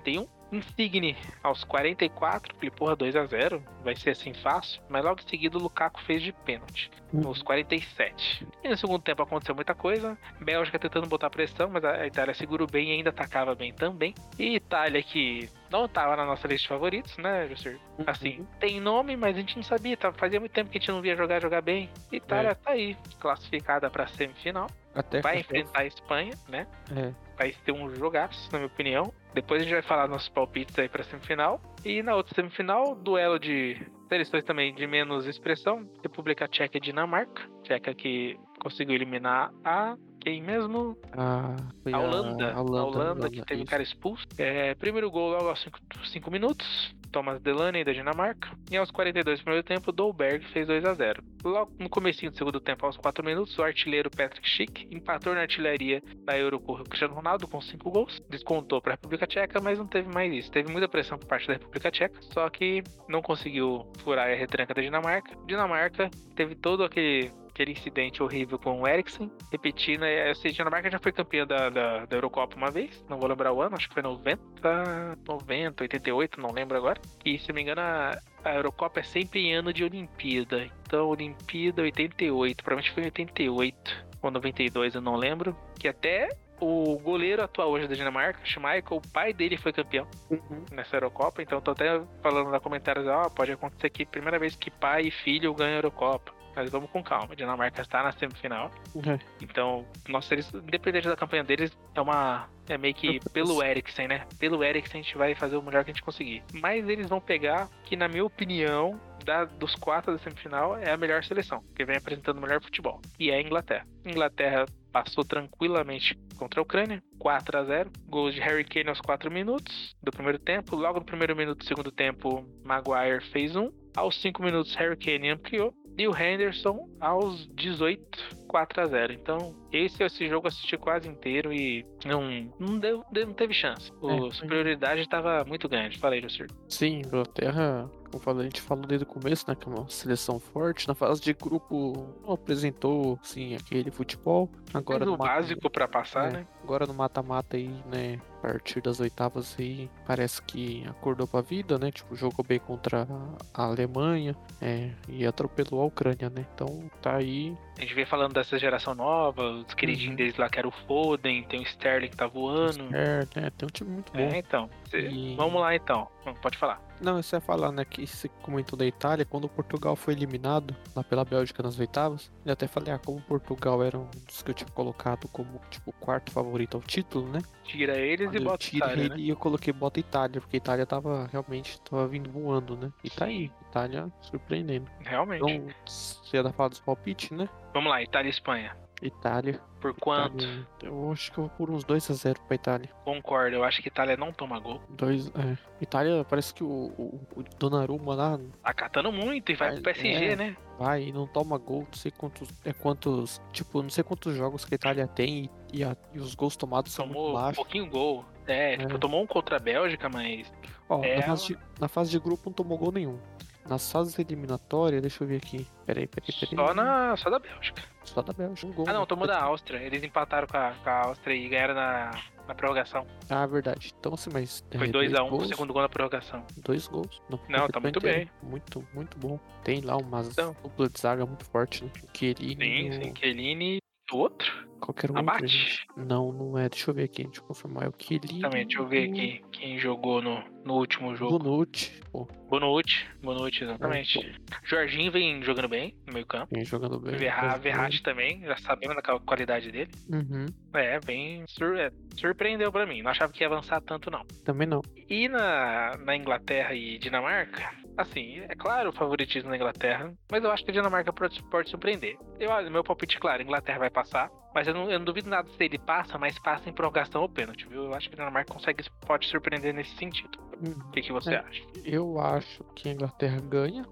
Insigne aos quarenta e quatro, falei, porra, dois a zero, vai ser assim fácil. Mas logo em seguida o Lukaku fez de pênalti, nos quarenta e sete. E no segundo tempo aconteceu muita coisa. Bélgica tentando botar pressão, mas a Itália segurou bem e ainda atacava bem também. E Itália que não estava na nossa lista de favoritos, né, Jussir? Assim, tem nome, mas a gente não sabia. Tá? Fazia muito tempo que a gente não via jogar, jogar bem. Itália é. tá aí, classificada para semifinal. Até vai enfrentar a Espanha, né? É. Vai ter um jogaço, na minha opinião. Depois a gente vai falar nossos palpites aí pra semifinal. E na outra semifinal, duelo de seleções também de menos expressão. República Tcheca e Dinamarca. Tcheca que conseguiu eliminar a... Quem mesmo? Ah, foi a Holanda. A Holanda, a Holanda, Holanda que teve o isso. cara expulso. É, primeiro gol logo aos cinco minutos. Thomas Delaney da Dinamarca. E aos quarenta e dois do primeiro tempo, Dolberg fez dois a zero. Logo no comecinho do segundo tempo, aos quatro minutos, o artilheiro Patrick Schick empatou na artilharia da Euro com o Cristiano Ronaldo com cinco gols. Descontou para a República Tcheca, mas não teve mais isso. Teve muita pressão por parte da República Tcheca, só que não conseguiu furar a retranca da Dinamarca. Dinamarca teve todo aquele... aquele incidente horrível com o Eriksen, repetindo, eu sei, a Dinamarca já foi campeã da, da, da Eurocopa uma vez, não vou lembrar o ano, acho que foi noventa, noventa, oitenta e oito, não lembro agora, e se não me engano a, a Eurocopa é sempre em ano de Olimpíada, então Olimpíada oitenta e oito, provavelmente foi em oitenta e oito ou noventa e dois, eu não lembro, que até o goleiro atual hoje da Dinamarca, Schmeichel, o pai dele foi campeão uhum. nessa Eurocopa, então tô até falando nos comentários, ó, oh, pode acontecer aqui, primeira vez que pai e filho ganham a Eurocopa. Mas vamos com calma, a Dinamarca está na semifinal. Uhum. Então, nossa, eles, independente da campanha deles, é uma. É meio que pelo Eriksen, né? Pelo Eriksen a gente vai fazer o melhor que a gente conseguir. Mas eles vão pegar, que na minha opinião, da, dos quatro da semifinal, é a melhor seleção, que vem apresentando o melhor futebol. E é a Inglaterra. Inglaterra passou tranquilamente contra a Ucrânia, quatro a zero. Gols de Harry Kane aos quatro minutos do primeiro tempo. Logo no primeiro minuto do segundo tempo, Maguire fez um. Aos cinco minutos, Harry Kane ampliou. E o Henderson aos dezoito, quatro a zero. Então, esse, esse jogo eu assisti quase inteiro e não, não, deu, não teve chance. A superioridade estava muito grande. Falei, Jussir. Sim, Inglaterra, como a gente falou desde o começo, né, que é uma seleção forte. Na fase de grupo não apresentou, sim, aquele futebol. Agora Mas o no básico mata... para passar, é, né? Agora no mata-mata aí, né, a partir das oitavas aí, parece que acordou pra vida, né? Tipo, jogou bem contra a Alemanha, é, e atropelou a Ucrânia, né? Então, tá aí. A gente vem falando dessa geração nova, os queridinhos uhum. deles lá, que era o Foden, tem o Sterling que tá voando. Sterling, é, tem um time muito bom. É, então. E... Vamos lá, então. Pode falar. Não, isso é falar, né, que você comentou da Itália, quando o Portugal foi eliminado lá pela Bélgica nas oitavas, eu até falei, ah, como o Portugal era um dos que eu tinha colocado como, tipo, quarto favorito ao título, né? Tira eles quando e bota tira Itália, ele né? E eu coloquei bota Itália, porque a Itália tava, realmente, tava vindo voando, né? E tá aí, Itália surpreendendo. Realmente. Então, você ia dar falar dos palpites, né? Vamos lá, Itália e Espanha. Itália. Por quanto? Itália, eu acho que eu vou por uns dois a zero pra Itália. Concordo, eu acho que Itália não toma gol. Dois, é. Itália, parece que o, o, o Donnarumma lá... Tá catando muito e vai, vai pro P S G, é, né? Vai e não toma gol, não sei quantos... É quantos... Tipo, não sei quantos jogos que a Itália tem e, e, a, e os gols tomados Tomou são muito baixos. um pouquinho gol. É, é, tipo, tomou um contra a Bélgica, mas... Ó, é na, fase de, na fase de grupo não tomou gol nenhum. Nas fases eliminatórias, deixa eu ver aqui. Peraí, peraí, peraí. Só, na, só da Bélgica. Só da Bélgica, um gol. Ah, não, tomou da Áustria. Eles empataram com a, com a Áustria e ganharam na, na prorrogação. Ah, verdade. Então, assim, mas... Foi dois a um pro segundo gol na prorrogação. Dois gols. Não, não tá muito inteiro. bem. Muito, muito bom. Tem lá umas então, dupla de zaga muito forte, né? O Chiellini... Sim, sim. Chiellini e o outro? Qualquer um Abate? outro, gente. Não, não é. Deixa eu ver aqui, deixa eu confirmar. É o Chiellini... Também, deixa eu ver aqui quem jogou no, no último jogo. Bonucci, pô. Bonucci, Bonucci, exatamente. É, Jorginho vem jogando bem no meio campo. Vem jogando bem. Verra, Verratti também, já sabendo da qualidade dele. Uhum. É, bem sur é, surpreendeu pra mim. Não achava que ia avançar tanto, não. Também não. E na, na Inglaterra e Dinamarca, assim, é claro o favoritismo na Inglaterra, mas eu acho que a Dinamarca pode, pode surpreender. Eu, meu palpite, claro, a Inglaterra vai passar, mas eu não, eu não duvido nada se ele passa, mas passa em prorrogação ou pênalti, viu? Eu acho que a Dinamarca consegue, pode surpreender nesse sentido. O uhum. que, que você é, acha? Eu acho que a Inglaterra ganha.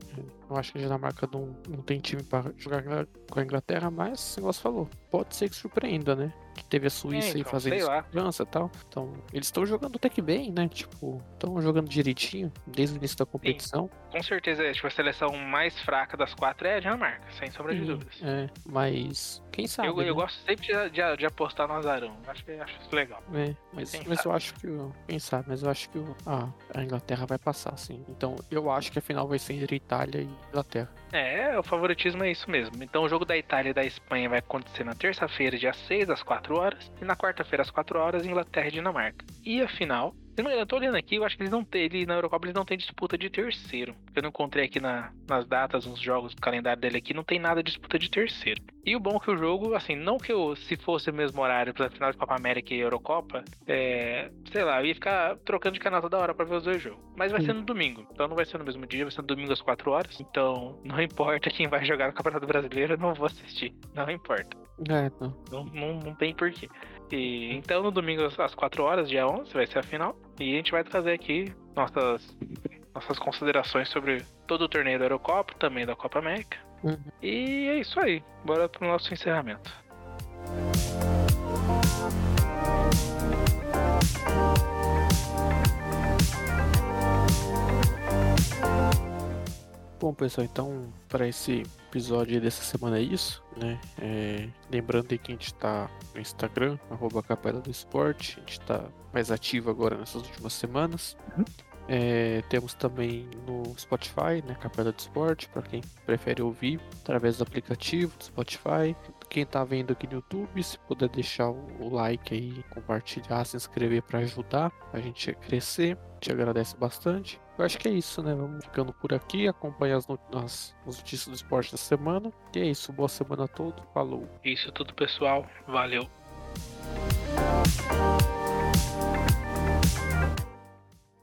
Eu acho que a Dinamarca não, não tem time para jogar com a Inglaterra, mas, esse negócio falou, pode ser que surpreenda, né? Que teve a É, Suíça aí então, fazendo sei lá. segurança e tal. Então, eles estão jogando até que bem, né? Tipo, estão jogando direitinho desde o início da Sim, competição. com certeza, tipo, a seleção mais fraca das quatro é a Dinamarca, sem sombra de Sim, dúvidas. é, mas quem sabe, Eu, eu né? gosto sempre de, de, de apostar no azarão. Acho que acho isso legal. É, mas, Quem mas sabe? eu acho que o. Quem sabe, mas eu acho que o, a, a Inglaterra vai passar, sim. Então eu acho que a final vai ser entre Itália e Inglaterra. É, o favoritismo é isso mesmo. Então o jogo da Itália e da Espanha vai acontecer na terça-feira, dia seis, às quatro horas. E na quarta-feira, às quatro horas, Inglaterra e Dinamarca. E a final. Eu tô olhando aqui, eu acho que eles não têm. Ele, na Eurocopa eles não têm disputa de terceiro. Eu não encontrei aqui na, nas datas, nos jogos, no calendário dele aqui, não tem nada de disputa de terceiro. E o bom é que o jogo, assim, não que eu, se fosse o mesmo horário pra final de Copa América e Eurocopa, é, sei lá, eu ia ficar trocando de canal toda hora pra ver os dois jogos. Mas vai Sim. ser no domingo, então não vai ser no mesmo dia, vai ser no domingo às quatro horas. Então, não importa quem vai jogar no Campeonato Brasileiro, eu não vou assistir. Não importa. É, não. Não, não, não tem porquê. E, então, no domingo às quatro horas, dia onze, vai ser a final. E a gente vai trazer aqui nossas, nossas considerações sobre todo o torneio da Eurocopa, também da Copa América. Uhum. E é isso aí. Bora pro nosso encerramento. Bom, pessoal, então para esse episódio dessa semana é isso, né? É, lembrando aí que a gente tá no Instagram, arroba Capela do Esporte, a gente tá mais ativo agora nessas últimas semanas. Uhum. É, temos também no Spotify, né, Capela do Esporte, para quem prefere ouvir através do aplicativo do Spotify. Quem tá vendo aqui no YouTube, se puder deixar o like aí, compartilhar, se inscrever para ajudar a gente a crescer, te agradece bastante. Eu acho que é isso, né? Vamos ficando por aqui, acompanhar as, not as notícias do esporte da semana. E é isso, boa semana a todos, falou. Isso tudo, pessoal. Valeu.